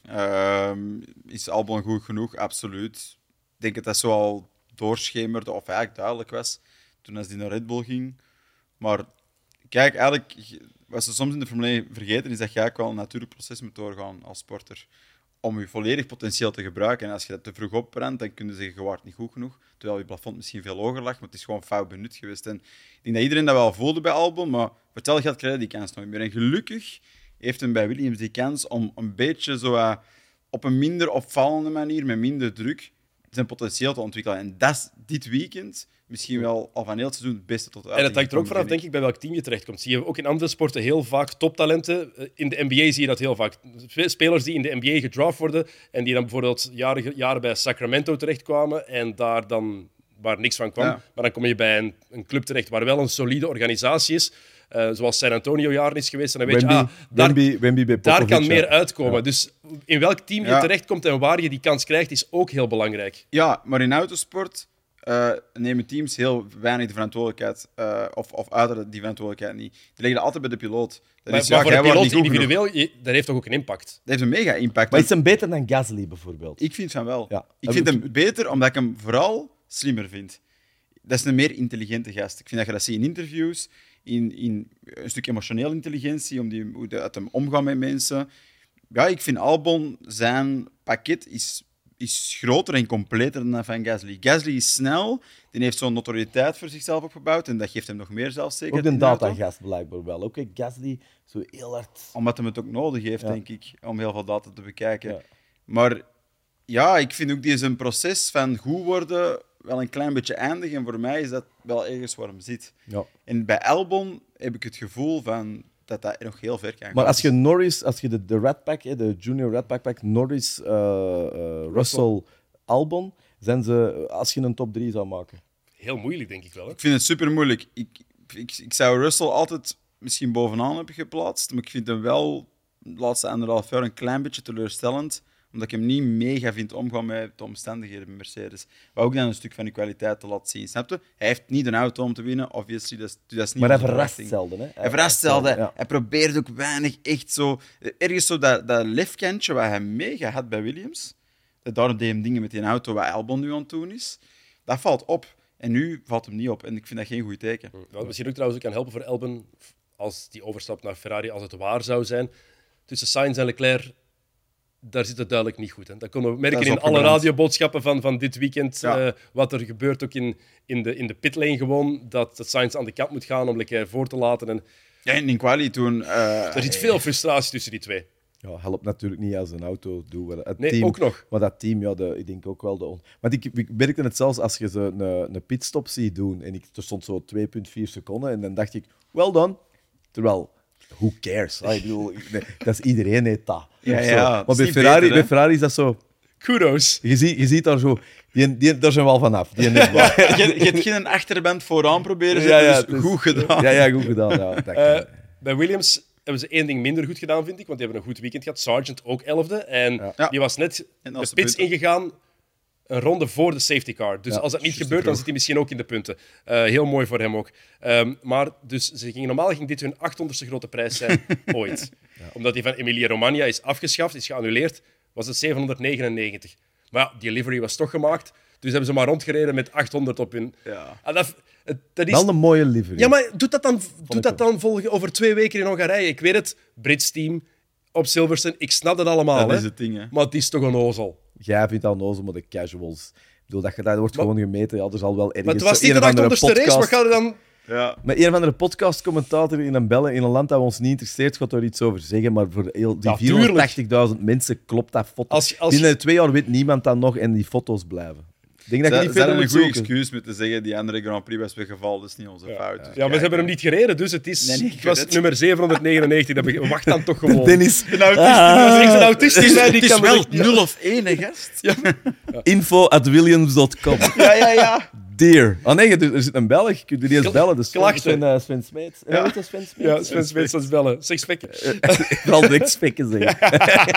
[SPEAKER 2] Is Albon goed genoeg? Absoluut. Ik denk dat dat zo al doorschemerde, of eigenlijk duidelijk was, toen als die naar Red Bull ging. Maar kijk, eigenlijk, wat ze soms in de Formule 1 vergeten, is dat je eigenlijk wel een natuurlijk proces moet doorgaan als sporter. Om je volledig potentieel te gebruiken. En als je dat te vroeg opbrandt, dan kun je zeggen, je waart niet goed genoeg. Terwijl je plafond misschien veel hoger lag, maar het is gewoon fout benut geweest. En ik denk dat iedereen dat wel voelde bij Albon, maar vertel geld krijg je die kans nooit meer. En gelukkig heeft hem bij Williams die kans om een beetje zo, op een minder opvallende manier, met minder druk, zijn potentieel te ontwikkelen. En dat is dit weekend misschien wel al van heel het seizoen het beste tot
[SPEAKER 1] En het hangt er ook vanaf, denk ik, bij welk team je terechtkomt. Zie je ook in andere sporten heel vaak toptalenten. In de NBA zie je dat heel vaak. Spelers die in de NBA gedraft worden en die dan bijvoorbeeld jaren bij Sacramento terechtkwamen en daar dan waar niks van kwam.
[SPEAKER 2] Ja.
[SPEAKER 1] Maar dan kom je bij een club terecht waar wel een solide organisatie is. Zoals San Antonio jaren is geweest. En dan weet je,
[SPEAKER 3] Wemby bij
[SPEAKER 1] daar
[SPEAKER 3] Popovic,
[SPEAKER 1] kan meer
[SPEAKER 3] ja.
[SPEAKER 1] uitkomen.
[SPEAKER 3] Ja.
[SPEAKER 1] Dus in welk team je
[SPEAKER 2] Ja.
[SPEAKER 1] terechtkomt en waar je die kans krijgt, is ook heel belangrijk.
[SPEAKER 2] Ja, maar in autosport nemen teams heel weinig de verantwoordelijkheid, of uiten die verantwoordelijkheid niet. Die leggen dat altijd bij de piloot. Dat
[SPEAKER 1] Maar,
[SPEAKER 2] is,
[SPEAKER 1] maar voor
[SPEAKER 2] jij
[SPEAKER 1] een
[SPEAKER 2] wordt
[SPEAKER 1] piloot
[SPEAKER 2] niet goed genoeg.
[SPEAKER 1] individueel, dat heeft toch ook een impact?
[SPEAKER 2] Dat heeft een mega impact.
[SPEAKER 3] Maar is hem beter dan Gasly, bijvoorbeeld?
[SPEAKER 2] Ik vind van wel.
[SPEAKER 3] Ja.
[SPEAKER 2] Ik vind hem beter omdat ik hem vooral slimmer vind. Dat is een meer intelligente gast. Ik vind dat je dat ziet in interviews, in een stuk emotionele intelligentie, hoe dat hem omgaat met mensen. Ja, ik vind Albon, zijn pakket is groter en completer dan dat van Gasly. Gasly is snel, die heeft zo'n notoriëteit voor zichzelf opgebouwd en dat geeft hem nog meer zelfzekerheid.
[SPEAKER 3] Ook de
[SPEAKER 2] in de auto.
[SPEAKER 3] datagast blijkbaar wel. Ook Gasly, zo heel hard...
[SPEAKER 2] Omdat hij het ook nodig heeft,
[SPEAKER 3] Ja.
[SPEAKER 2] denk ik, om heel veel data te bekijken.
[SPEAKER 3] Ja.
[SPEAKER 2] Maar ja, ik vind ook die zijn proces van goed worden wel een klein beetje eindig. En voor mij is dat wel ergens waar hem zit.
[SPEAKER 3] Ja.
[SPEAKER 2] En bij Albon heb ik het gevoel van dat dat nog heel ver kan gaan.
[SPEAKER 3] Maar als je Norris, als je de Red Pack, de Junior Red Pack pakt, Norris, Russell, Albon, zijn ze, als je een top 3 zou maken.
[SPEAKER 1] Heel moeilijk, denk ik wel. Hè?
[SPEAKER 2] Ik vind het super moeilijk. Ik zou Russell altijd misschien bovenaan hebben geplaatst, maar ik vind hem wel de laatste 1,5 jaar een klein beetje teleurstellend, omdat ik hem niet mega vind omgaan met de omstandigheden bij Mercedes. Wat ook dan een stuk van die kwaliteit te laten zien. Snap je? Hij heeft niet een auto om te winnen, obviously. Dat is niet
[SPEAKER 3] Maar hij
[SPEAKER 2] onze
[SPEAKER 3] verrast
[SPEAKER 2] verwachting.
[SPEAKER 3] zelden. Hè?
[SPEAKER 2] Hij verrast zelden.
[SPEAKER 3] Ja.
[SPEAKER 2] Hij probeert ook weinig echt zo... Ergens zo dat lefkantje wat hij mega had bij Williams. Daarom deed hij dingen met die auto wat Albon nu aan het doen is. Dat valt op. En nu valt hem niet op. En ik vind dat geen goed teken.
[SPEAKER 1] Wat misschien ook trouwens ook kan helpen voor Albon, als die overstap naar Ferrari, als het waar zou zijn. Tussen Sainz en Leclerc, daar zit het duidelijk niet goed. Hè. Dat konden we merken
[SPEAKER 2] Dat is
[SPEAKER 1] in alle
[SPEAKER 2] opgebrand.
[SPEAKER 1] radioboodschappen van dit weekend.
[SPEAKER 2] Ja.
[SPEAKER 1] Wat er gebeurt ook in de pitlane gewoon. Dat Sainz aan de kant moet gaan om Leclerc voor te laten. En
[SPEAKER 2] Ja, en in quali toen...
[SPEAKER 1] er zit veel frustratie tussen die twee.
[SPEAKER 3] Ja, helpt natuurlijk niet als een auto doet. Het
[SPEAKER 1] Nee,
[SPEAKER 3] team,
[SPEAKER 1] ook nog.
[SPEAKER 3] Maar dat team, ja, ik denk ook wel Want ik merkte het zelfs als je ze een pitstop ziet doen. En er stond zo 2,4 seconden. En dan dacht ik, well done. Terwijl, who cares? Ik bedoel, nee, dat is iedereen heeft dat.
[SPEAKER 2] Ja,
[SPEAKER 3] Zo.
[SPEAKER 2] ja,
[SPEAKER 3] Maar
[SPEAKER 2] het is
[SPEAKER 3] bij
[SPEAKER 2] niet
[SPEAKER 3] Ferrari,
[SPEAKER 2] beter, hè?
[SPEAKER 3] bij Ferrari is dat zo...
[SPEAKER 1] Kudos.
[SPEAKER 3] Je ziet daar zo... Daar zijn we al vanaf. Die net
[SPEAKER 2] je hebt geen achterband vooraan proberen
[SPEAKER 3] Ja,
[SPEAKER 2] zetten,
[SPEAKER 3] ja,
[SPEAKER 2] dus
[SPEAKER 3] het is-
[SPEAKER 2] goed gedaan.
[SPEAKER 3] Ja, goed gedaan. Ja, dat kan.
[SPEAKER 1] Bij Williams hebben ze één ding minder goed gedaan, vind ik. Want die hebben een goed weekend gehad. Sargent ook 11e. En
[SPEAKER 2] Ja.
[SPEAKER 1] die was net
[SPEAKER 2] En
[SPEAKER 1] de
[SPEAKER 2] als de
[SPEAKER 1] pits
[SPEAKER 2] punten.
[SPEAKER 1] ingegaan een ronde voor de safety car. Dus
[SPEAKER 3] Ja,
[SPEAKER 1] als dat niet
[SPEAKER 2] juist
[SPEAKER 1] gebeurt,
[SPEAKER 2] te
[SPEAKER 1] dan
[SPEAKER 2] vroeg.
[SPEAKER 1] zit hij misschien ook in de punten. Heel mooi voor hem ook. Maar dus normaal ging dit hun 800ste grote prijs zijn ooit. Omdat die van Emilia-Romagna is afgeschaft, is geannuleerd, was het 799. Maar ja, die livery was toch gemaakt. Dus hebben ze maar rondgereden met 800 op hun...
[SPEAKER 2] Ja.
[SPEAKER 1] Ah, dat is...
[SPEAKER 3] Wel een mooie livery.
[SPEAKER 1] Ja, maar doe dat
[SPEAKER 3] ik
[SPEAKER 1] dan over 2 weken in Hongarije. Ik weet het, Brits team op Silverstone, ik snap het allemaal.
[SPEAKER 2] Dat
[SPEAKER 1] hè.
[SPEAKER 2] is het ding, hè.
[SPEAKER 1] Maar het is toch een ozel.
[SPEAKER 3] Jij vindt al nozel, maar de casuals... Ik bedoel, dat wordt gewoon gemeten. Ja, er zal wel ergens...
[SPEAKER 1] Maar het was niet
[SPEAKER 3] een
[SPEAKER 1] de
[SPEAKER 3] of andere
[SPEAKER 1] 800ste race, wat ga je dan...
[SPEAKER 2] Ja.
[SPEAKER 3] Met een of andere podcastcommentator in een bellen in een land dat ons niet interesseert, gaat er iets over zeggen. Maar voor
[SPEAKER 1] Ja,
[SPEAKER 3] die 480.000 mensen klopt dat foto.
[SPEAKER 1] Als je-
[SPEAKER 3] Binnen 2 jaar weet niemand dat nog en die foto's blijven. denk dat je
[SPEAKER 2] Ze
[SPEAKER 3] niet
[SPEAKER 2] zijn
[SPEAKER 3] verder
[SPEAKER 2] een
[SPEAKER 3] moet
[SPEAKER 2] goede
[SPEAKER 3] zoeken.
[SPEAKER 2] excuus met te zeggen die andere Grand Prix was weggevallen, dat is niet onze fout. Dus
[SPEAKER 1] Ja, maar
[SPEAKER 2] kijk,
[SPEAKER 1] ze hebben hem niet gereden, dus het is...
[SPEAKER 2] Nee,
[SPEAKER 1] het was
[SPEAKER 2] het.
[SPEAKER 1] nummer 799. Wacht dan toch gewoon.
[SPEAKER 3] Dennis.
[SPEAKER 2] De autist,
[SPEAKER 1] Dat is echt een autist in mij, die
[SPEAKER 2] het is
[SPEAKER 1] kan
[SPEAKER 2] wel
[SPEAKER 1] dat echt-
[SPEAKER 2] 0 of 1, hè, gast.
[SPEAKER 3] info@williams.com.
[SPEAKER 2] Ja.
[SPEAKER 3] Dear. Oh nee, er zit een Belg. Kun je die eens bellen? Dus
[SPEAKER 1] Klachten.
[SPEAKER 3] Sven Smeets.
[SPEAKER 2] Ja.
[SPEAKER 3] Weet je Sven Smeets?
[SPEAKER 1] Ja, Sven Smeets dat is bellen. Zeg spekken.
[SPEAKER 3] Vooral de spekken zeggen.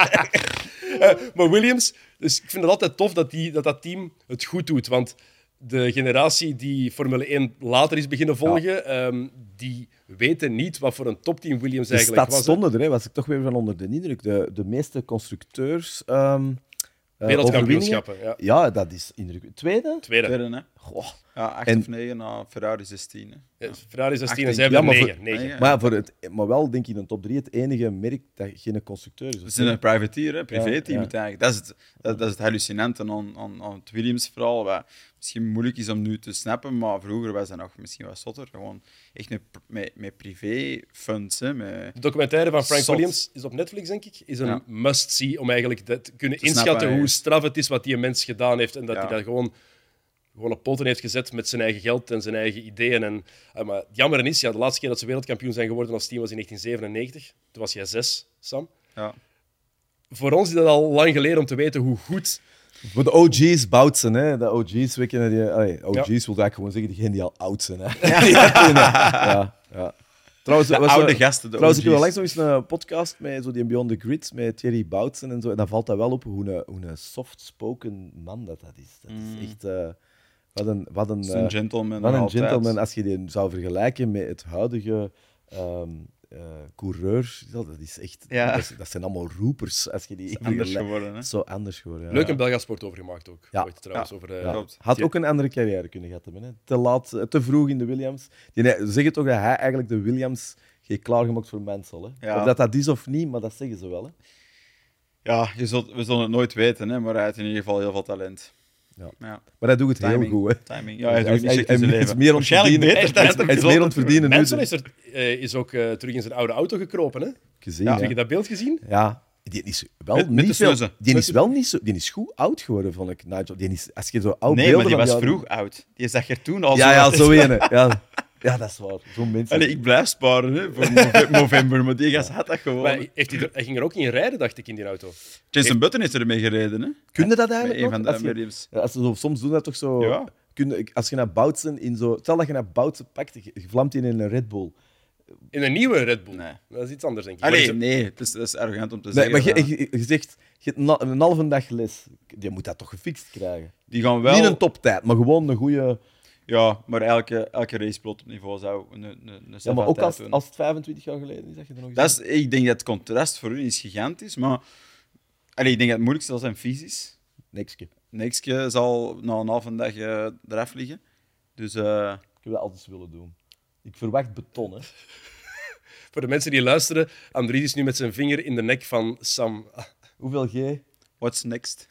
[SPEAKER 1] Maar Williams, dus ik vind het altijd tof dat team het goed doet. Want de generatie die Formule 1 later is beginnen volgen, die weten niet wat voor een topteam Williams
[SPEAKER 3] De
[SPEAKER 1] eigenlijk was. Hè.
[SPEAKER 3] stadstonden er, was ik toch weer van onder de indruk. De meeste constructeurs...
[SPEAKER 1] Wereldkampioenschappen. Ja.
[SPEAKER 3] overwinningen. Ja, dat is indrukwekkend. Tweede?
[SPEAKER 1] Tweede.
[SPEAKER 2] Tweede, hè?
[SPEAKER 3] Goh.
[SPEAKER 2] Ja, 8
[SPEAKER 3] En-
[SPEAKER 2] of 9 na Ferrari 16. Hè.
[SPEAKER 1] Ferrari 16 en
[SPEAKER 2] 18.
[SPEAKER 1] zij
[SPEAKER 3] Ja,
[SPEAKER 1] hebben
[SPEAKER 3] maar
[SPEAKER 1] 9. 9.
[SPEAKER 2] Ja.
[SPEAKER 3] Maar wel, denk ik, in de top 3 het enige merk dat geen constructeur is.
[SPEAKER 2] We zijn een privateer, hè, privéteam
[SPEAKER 3] Ja.
[SPEAKER 2] uiteindelijk. Dat is het hallucinante aan het Williams-verhaal. Wat misschien moeilijk is om nu te snappen, maar vroeger was dat nog misschien wat zotter. Gewoon echt met privé-funds.
[SPEAKER 1] De documentaire van Frank
[SPEAKER 2] Zot.
[SPEAKER 1] Williams is op Netflix, denk ik. Is een
[SPEAKER 2] Ja.
[SPEAKER 1] must-see om eigenlijk te kunnen
[SPEAKER 2] Te
[SPEAKER 1] inschatten
[SPEAKER 2] snappen,
[SPEAKER 1] hoe
[SPEAKER 2] ja.
[SPEAKER 1] straf het is wat die mens gedaan heeft. En dat
[SPEAKER 2] Ja.
[SPEAKER 1] hij dat gewoon op poten heeft gezet met zijn eigen geld en zijn eigen ideeën. En, maar het jammer is, de laatste keer dat ze wereldkampioen zijn geworden als team was in 1997. Toen was jij 6, Sam.
[SPEAKER 2] Ja.
[SPEAKER 1] Voor ons is dat al lang geleden om te weten hoe goed...
[SPEAKER 3] Voor de OG's, Boutsen, hè. De OG's, we kennen die... OG's wil eigenlijk gewoon zeggen, diegenen die al oud zijn, hè. Ja. Trouwens,
[SPEAKER 2] De
[SPEAKER 3] was
[SPEAKER 2] oude
[SPEAKER 3] zo-
[SPEAKER 2] gasten, de
[SPEAKER 3] Trouwens, ik heb wel
[SPEAKER 2] OG's.
[SPEAKER 3] langs nog eens een podcast met zo die Beyond the Grid, met Thierry Boutsen en zo. En dan valt dat wel op hoe een soft-spoken man dat is. Dat is echt... wat een
[SPEAKER 2] Zo'n gentleman.
[SPEAKER 3] wat een
[SPEAKER 2] altijd.
[SPEAKER 3] gentleman, als je die zou vergelijken met het huidige coureur, dat is echt...
[SPEAKER 2] Ja.
[SPEAKER 3] Dat zijn allemaal roepers, als je die
[SPEAKER 2] Is anders
[SPEAKER 3] vergelijkt.
[SPEAKER 2] geworden. Hè.
[SPEAKER 3] Zo anders geworden, ja.
[SPEAKER 1] Leuk een Belga sport over gemaakt ook.
[SPEAKER 3] Ja.
[SPEAKER 1] Ooit, trouwens,
[SPEAKER 2] Ja.
[SPEAKER 1] over,
[SPEAKER 3] Ja.
[SPEAKER 2] Klopt.
[SPEAKER 3] Had ook een andere carrière kunnen gehad hebben. Hè. Te laat, te vroeg in de Williams. Ze zeggen toch dat hij eigenlijk de Williams heeft klaargemaakt voor Mansell. Hè?
[SPEAKER 2] Ja.
[SPEAKER 3] Of dat is of niet, maar dat zeggen ze wel. Hè.
[SPEAKER 2] Ja, we zullen het nooit weten, hè, maar hij heeft in ieder geval heel veel talent.
[SPEAKER 3] Ja.
[SPEAKER 2] Ja.
[SPEAKER 3] Maar hij doet het
[SPEAKER 2] Timing.
[SPEAKER 3] heel goed. Hè.
[SPEAKER 2] Timing. Ja, hij doet niet
[SPEAKER 3] Hij
[SPEAKER 2] slecht in zijn
[SPEAKER 3] is
[SPEAKER 2] leven.
[SPEAKER 3] meer
[SPEAKER 2] Waarschijnlijk
[SPEAKER 3] ontverdienen.
[SPEAKER 2] beter dan
[SPEAKER 3] Hij is meer ontverdienen nu.
[SPEAKER 1] Manson is ook terug in zijn oude auto gekropen. Hè?
[SPEAKER 3] Gezien,
[SPEAKER 2] Ja.
[SPEAKER 1] Heb je dat beeld gezien?
[SPEAKER 3] Ja. Die is wel
[SPEAKER 2] Met
[SPEAKER 3] niet
[SPEAKER 2] de
[SPEAKER 3] veel.
[SPEAKER 2] sneuzen.
[SPEAKER 3] Die is wel niet zo. Die is goed oud geworden, vond ik. Nigel. Die is, als je zo oud
[SPEAKER 2] Nee,
[SPEAKER 3] beelden
[SPEAKER 2] maar die
[SPEAKER 3] van
[SPEAKER 2] was
[SPEAKER 3] die
[SPEAKER 2] vroeg oud. Die zag er toen al
[SPEAKER 3] Ja,
[SPEAKER 2] zo
[SPEAKER 3] zo
[SPEAKER 2] uit.
[SPEAKER 3] ene. Ja, dat is waar. Zo'n mensen.
[SPEAKER 2] Allee, ik blijf sparen hè, voor november, maar die gast had dat gewoon.
[SPEAKER 1] Maar hij ging er ook in rijden, dacht ik, in die auto.
[SPEAKER 2] Jason Button is ermee gereden, hè?
[SPEAKER 3] Kun je dat
[SPEAKER 2] Met
[SPEAKER 3] eigenlijk
[SPEAKER 2] een van
[SPEAKER 3] nog?
[SPEAKER 2] de
[SPEAKER 3] Als je-
[SPEAKER 2] Williams.
[SPEAKER 3] Ja, als ze zo, soms doen dat toch zo.
[SPEAKER 2] Ja.
[SPEAKER 3] Als je naar Boutsen in zo. Stel dat je naar Boutsen pakt, je vlamt in een Red Bull.
[SPEAKER 1] In een nieuwe Red Bull.
[SPEAKER 2] Nee.
[SPEAKER 1] Dat is iets anders, denk ik.
[SPEAKER 2] Allee,
[SPEAKER 1] Maar
[SPEAKER 2] nee, dat is arrogant om te
[SPEAKER 3] Nee,
[SPEAKER 2] zeggen.
[SPEAKER 3] maar
[SPEAKER 2] maar
[SPEAKER 3] je zegt, je hebt een halve dag les. Je moet dat toch gefixt krijgen?
[SPEAKER 2] die gaan wel...
[SPEAKER 3] Niet een toptijd, maar gewoon een goede.
[SPEAKER 2] Ja, maar elke racepilot op niveau zou een
[SPEAKER 3] Ja, maar ook
[SPEAKER 2] tijd doen.
[SPEAKER 3] als het 25 jaar geleden is, dat je er nog eens.
[SPEAKER 2] Dat is, ik denk dat het contrast voor hun is gigantisch, maar... Allee, ik denk dat het moeilijkste zal zijn fysisch.
[SPEAKER 3] Nekske.
[SPEAKER 2] Nekske zal na een halve dag eraf liggen. Dus
[SPEAKER 3] Ik heb dat altijd willen doen. Ik verwacht beton, hè.
[SPEAKER 1] voor de mensen die luisteren, Andries is nu met zijn vinger in de nek van Sam.
[SPEAKER 3] Hoeveel G?
[SPEAKER 2] what's next?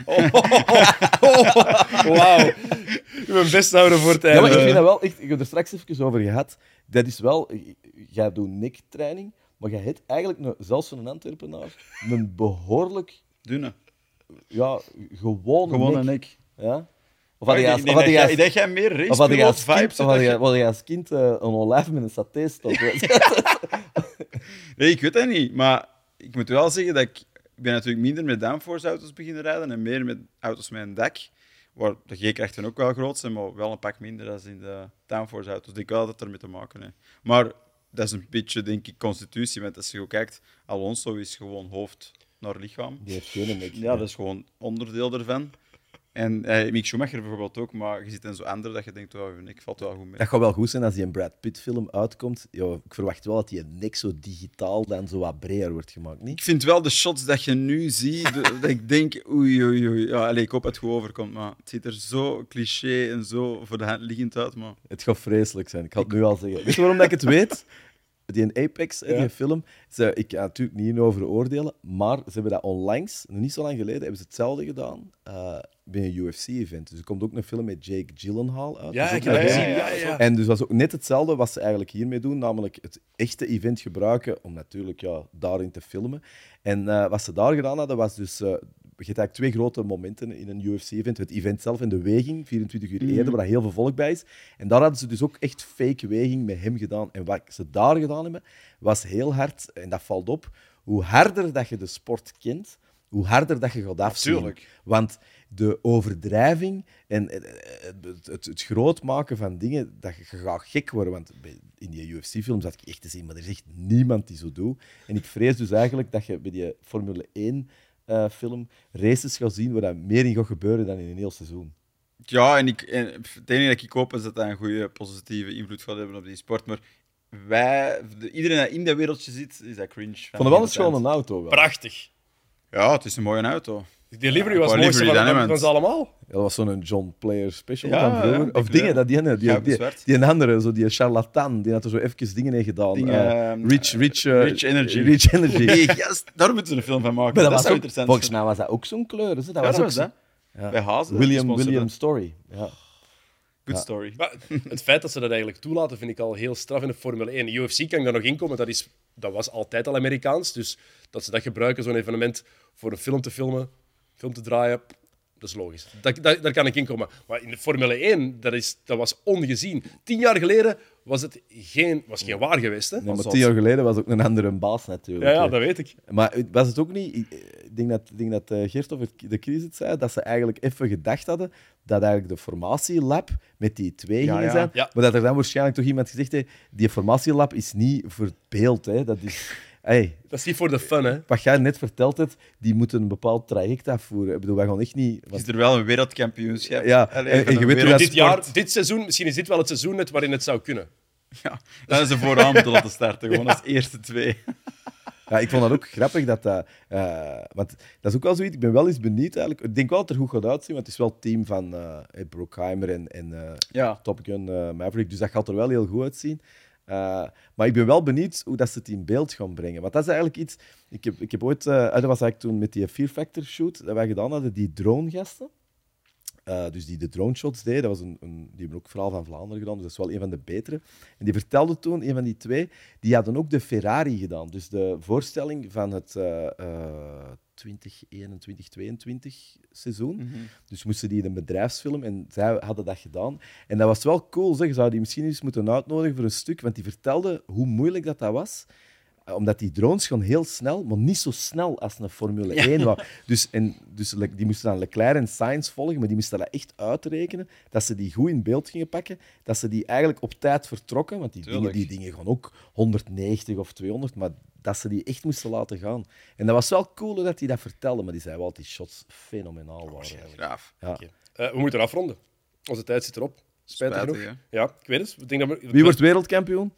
[SPEAKER 1] Wauw. Ik ben best houden voor het
[SPEAKER 3] Ja,
[SPEAKER 1] einde.
[SPEAKER 3] maar ik vind dat wel echt. Ik heb er straks even over gehad. Dat is wel. Jij doet nektraining, maar jij hebt eigenlijk zelfs een Antwerpenaar een behoorlijk
[SPEAKER 2] Dunne.
[SPEAKER 3] ja, gewone
[SPEAKER 2] Gewoon een
[SPEAKER 3] nek.
[SPEAKER 2] nek.
[SPEAKER 3] Ja? Of
[SPEAKER 2] Maar
[SPEAKER 3] had jij
[SPEAKER 2] ik denk dat jij meer
[SPEAKER 3] of had jij
[SPEAKER 2] racepilot
[SPEAKER 3] als kind,
[SPEAKER 2] vibes
[SPEAKER 3] of had jij als kind een olijf met een saté stond?
[SPEAKER 2] Nee, ik weet dat niet. Maar ik moet wel zeggen dat ik ben natuurlijk minder met downforce-auto's beginnen rijden en meer met auto's met een dak. Waar de G-krachten ook wel groot zijn, maar wel een pak minder dan in de downforce-auto's. Ik denk wel dat het ermee te maken heeft. Maar dat is een beetje, denk ik, constitutie. Want als je ook kijkt, Alonso is gewoon hoofd naar lichaam.
[SPEAKER 3] Die heeft geen nek.
[SPEAKER 2] Ja, dat is gewoon onderdeel ervan. En Mick Schumacher bijvoorbeeld ook, maar je ziet in zo andere dat je denkt, oh, ik valt wel goed mee.
[SPEAKER 3] Dat gaat wel goed zijn als die een Brad Pitt film uitkomt. Ja, ik verwacht wel dat die nek zo digitaal dan zo wat breder wordt gemaakt, niet?
[SPEAKER 2] Ik vind wel de shots dat je nu ziet, dat ik denk, oei, oei, oei. Ja, allez, ik hoop dat het goed overkomt, maar het ziet er zo cliché en zo voor de hand liggend uit. Maar...
[SPEAKER 3] Het gaat vreselijk zijn, ik ga het nu al zeggen. Weet je waarom dat ik het weet? Die in Apex, die
[SPEAKER 1] Ja.
[SPEAKER 3] film, ik kan natuurlijk niet over oordelen, maar ze hebben dat onlangs, nog niet zo lang geleden, hebben ze hetzelfde gedaan bij een UFC-event. Dus er komt ook een film met Jake Gyllenhaal uit.
[SPEAKER 1] Ja,
[SPEAKER 3] Dus ook
[SPEAKER 1] ik heb
[SPEAKER 3] met
[SPEAKER 1] dat
[SPEAKER 3] hem.
[SPEAKER 1] gezien. Ja, ja.
[SPEAKER 3] En dus was ook net hetzelfde wat ze eigenlijk hiermee doen, namelijk het echte event gebruiken om natuurlijk daarin te filmen. En wat ze daar gedaan hadden, was dus hebt eigenlijk twee grote momenten in een UFC-event. Het event zelf en de weging, 24 uur eerder, waar heel veel volk bij is. En daar hadden ze dus ook echt fake weging met hem gedaan. En wat ze daar gedaan hebben, was heel hard, en dat valt op, hoe harder dat je de sport kent, hoe harder dat je gaat afzien.
[SPEAKER 2] Natuurlijk.
[SPEAKER 3] Want de overdrijving en het groot maken van dingen, dat je gaat gek worden. Want in die UFC-films had ik echt te zien, maar er is echt niemand die zo doet. En ik vrees dus eigenlijk dat je bij die Formule 1-film races gaat zien waar dat meer in gaat gebeuren dan in een heel seizoen.
[SPEAKER 2] Ja, en het enige dat ik hoop is dat dat een goede positieve invloed gaat hebben op die sport. Maar iedereen die in dat wereldje zit, is dat cringe.
[SPEAKER 3] Ik vond het wel eens gewoon een auto. Wel.
[SPEAKER 1] Prachtig.
[SPEAKER 2] Ja, het is een mooie auto.
[SPEAKER 1] Die livery was
[SPEAKER 2] qua
[SPEAKER 1] het mooiste
[SPEAKER 2] livery
[SPEAKER 1] van
[SPEAKER 2] dan, hè,
[SPEAKER 1] ze allemaal.
[SPEAKER 3] Ja, dat was zo'n John Player special
[SPEAKER 2] Ja,
[SPEAKER 3] van vroeger.
[SPEAKER 2] ja,
[SPEAKER 3] Of
[SPEAKER 2] ik
[SPEAKER 3] dingen,
[SPEAKER 2] weet
[SPEAKER 3] dat die een andere, zo die charlatan, die had er zo even dingen in gedaan. Rich
[SPEAKER 2] Energy.
[SPEAKER 3] Rich Energy.
[SPEAKER 2] Nee, yes, daar moeten ze een film van maken.
[SPEAKER 3] Maar
[SPEAKER 2] dat
[SPEAKER 3] was
[SPEAKER 2] zou
[SPEAKER 3] ook,
[SPEAKER 2] interessant
[SPEAKER 3] volgens
[SPEAKER 2] zijn.
[SPEAKER 3] mij was dat ook zo'n kleur. Dus dat
[SPEAKER 2] Ja,
[SPEAKER 3] was
[SPEAKER 2] dat
[SPEAKER 3] ook
[SPEAKER 2] was dat.
[SPEAKER 3] Ja.
[SPEAKER 2] Bij Hazen.
[SPEAKER 3] William Story. Ja.
[SPEAKER 2] Good
[SPEAKER 3] Ja.
[SPEAKER 2] story.
[SPEAKER 1] Maar het feit dat ze dat eigenlijk toelaten, vind ik al heel straf in de Formule 1. De UFC kan ik daar nog in komen, dat was altijd al Amerikaans. Dus dat ze dat gebruiken, zo'n evenement, voor een film te filmen, film te draaien, dat is logisch. Daar kan ik in komen. Maar in de Formule 1, dat was ongezien. 10 jaar geleden was het geen waar geweest. Hè?
[SPEAKER 3] Nee, maar 10 jaar geleden was ook een andere baas natuurlijk.
[SPEAKER 1] Ja,
[SPEAKER 3] hè.
[SPEAKER 1] dat weet ik.
[SPEAKER 3] Maar was het ook niet... Ik denk dat Geert of de Chris het zei, dat ze eigenlijk even gedacht hadden dat eigenlijk de formatielab met die twee
[SPEAKER 2] Ja,
[SPEAKER 3] gingen
[SPEAKER 2] ja.
[SPEAKER 3] zijn.
[SPEAKER 1] Ja.
[SPEAKER 3] Maar dat er dan waarschijnlijk toch iemand gezegd heeft, die formatielab is niet voor het beeld. Hè. Dat is... Hey,
[SPEAKER 1] Dat is niet voor de fun, hè?
[SPEAKER 3] wat jij net verteld hebt, die moeten een bepaald traject afvoeren. Ik bedoel, wij gaan echt niet...
[SPEAKER 2] Is er wel een wereldkampioenschap?
[SPEAKER 3] Ja,
[SPEAKER 2] Allee,
[SPEAKER 3] en
[SPEAKER 2] van
[SPEAKER 3] je
[SPEAKER 2] een
[SPEAKER 3] weet hoe
[SPEAKER 2] wereld-
[SPEAKER 3] dat-
[SPEAKER 1] Dit seizoen, misschien is dit wel het seizoen net waarin het zou kunnen.
[SPEAKER 2] Ja, dan is ze vooraan moeten laten starten, gewoon als eerste twee.
[SPEAKER 3] Ja, ik vond dat ook grappig. Want dat is ook wel zoiets. Ik ben wel eens benieuwd eigenlijk. Ik denk wel dat het er goed gaat uitzien, want het is wel het team van Brookheimer en
[SPEAKER 2] Ja.
[SPEAKER 3] Top Gun Maverick. Dus dat gaat er wel heel goed uitzien. Maar ik ben wel benieuwd hoe dat ze het in beeld gaan brengen. Want dat is eigenlijk iets... Ik heb ooit... dat was eigenlijk toen met die Fear Factor shoot dat wij gedaan hadden, die dronegasten. Dus die de drone shots deed, dat was die hebben ook Verhaal van Vlaanderen gedaan, dus dat is wel een van de betere. En die vertelde toen, een van die twee, die hadden ook de Ferrari gedaan. Dus de voorstelling van het 2021-2022 seizoen. Dus moesten die in een bedrijfsfilm en zij hadden dat gedaan. En dat was wel cool, zeg. Je zou die misschien eens moeten uitnodigen voor een stuk, want die vertelde hoe moeilijk dat was. Omdat die drones gaan heel snel, maar niet zo snel als een Formule 1. Dus die moesten dan Leclerc en Sainz volgen, maar die moesten dat echt uitrekenen, dat ze die goed in beeld gingen pakken, dat ze die eigenlijk op tijd vertrokken, want die dingen gaan ook 190 of 200, maar dat ze die echt moesten laten gaan. En dat was wel cool dat hij dat vertelde, maar die zei wel dat die shots fenomenaal waren. Eigenlijk.
[SPEAKER 2] Graaf.
[SPEAKER 3] Ja.
[SPEAKER 1] Oké. We moeten afronden. Onze tijd zit erop. Spijtig genoeg.
[SPEAKER 2] Spijtig,
[SPEAKER 1] Ja, ik weet het. Ik denk dat
[SPEAKER 3] Wie wordt wereldkampioen?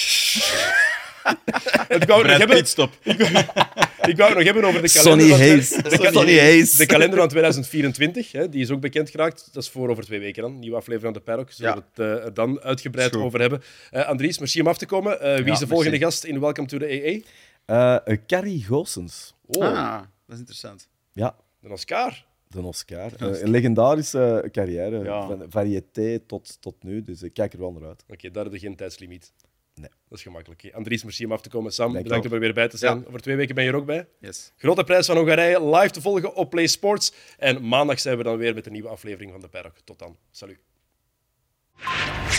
[SPEAKER 1] Ik wou het nog hebben-
[SPEAKER 2] Pitstop.
[SPEAKER 1] ik wou het nog hebben over de kalender.
[SPEAKER 3] Sonny
[SPEAKER 1] van-
[SPEAKER 3] Hayes. Sonny Hayes.
[SPEAKER 1] De kalender van 2024, hè, die is ook bekend geraakt. Dat is voor over 2 weken dan. Nieuwe aflevering van de Paddock. Zullen we het er dan uitgebreid
[SPEAKER 2] Goed.
[SPEAKER 1] over hebben. Andries, merci om af te komen. Wie is de
[SPEAKER 2] merci.
[SPEAKER 1] volgende gast in Welcome to the AA?
[SPEAKER 3] Carrie Goossens.
[SPEAKER 1] Oh,
[SPEAKER 2] Ah, dat is interessant.
[SPEAKER 3] Ja,
[SPEAKER 1] een Oscar.
[SPEAKER 3] de Oscar. Een legendarische carrière,
[SPEAKER 2] Ja.
[SPEAKER 3] van variété tot nu. Dus ik kijk er wel naar uit.
[SPEAKER 1] Oké, daar heb je geen tijdslimiet.
[SPEAKER 3] Nee.
[SPEAKER 1] Dat is gemakkelijk. Oké, Andries, merci om af te komen. Sam,
[SPEAKER 3] Dank
[SPEAKER 1] bedankt
[SPEAKER 3] je
[SPEAKER 1] om er weer bij te zijn.
[SPEAKER 2] Ja.
[SPEAKER 1] Over 2 weken ben je er ook bij.
[SPEAKER 2] Yes.
[SPEAKER 1] Grote prijs van Hongarije, live te volgen op Play Sports. En maandag zijn we dan weer met een nieuwe aflevering van de Paddock. Tot dan. Salut.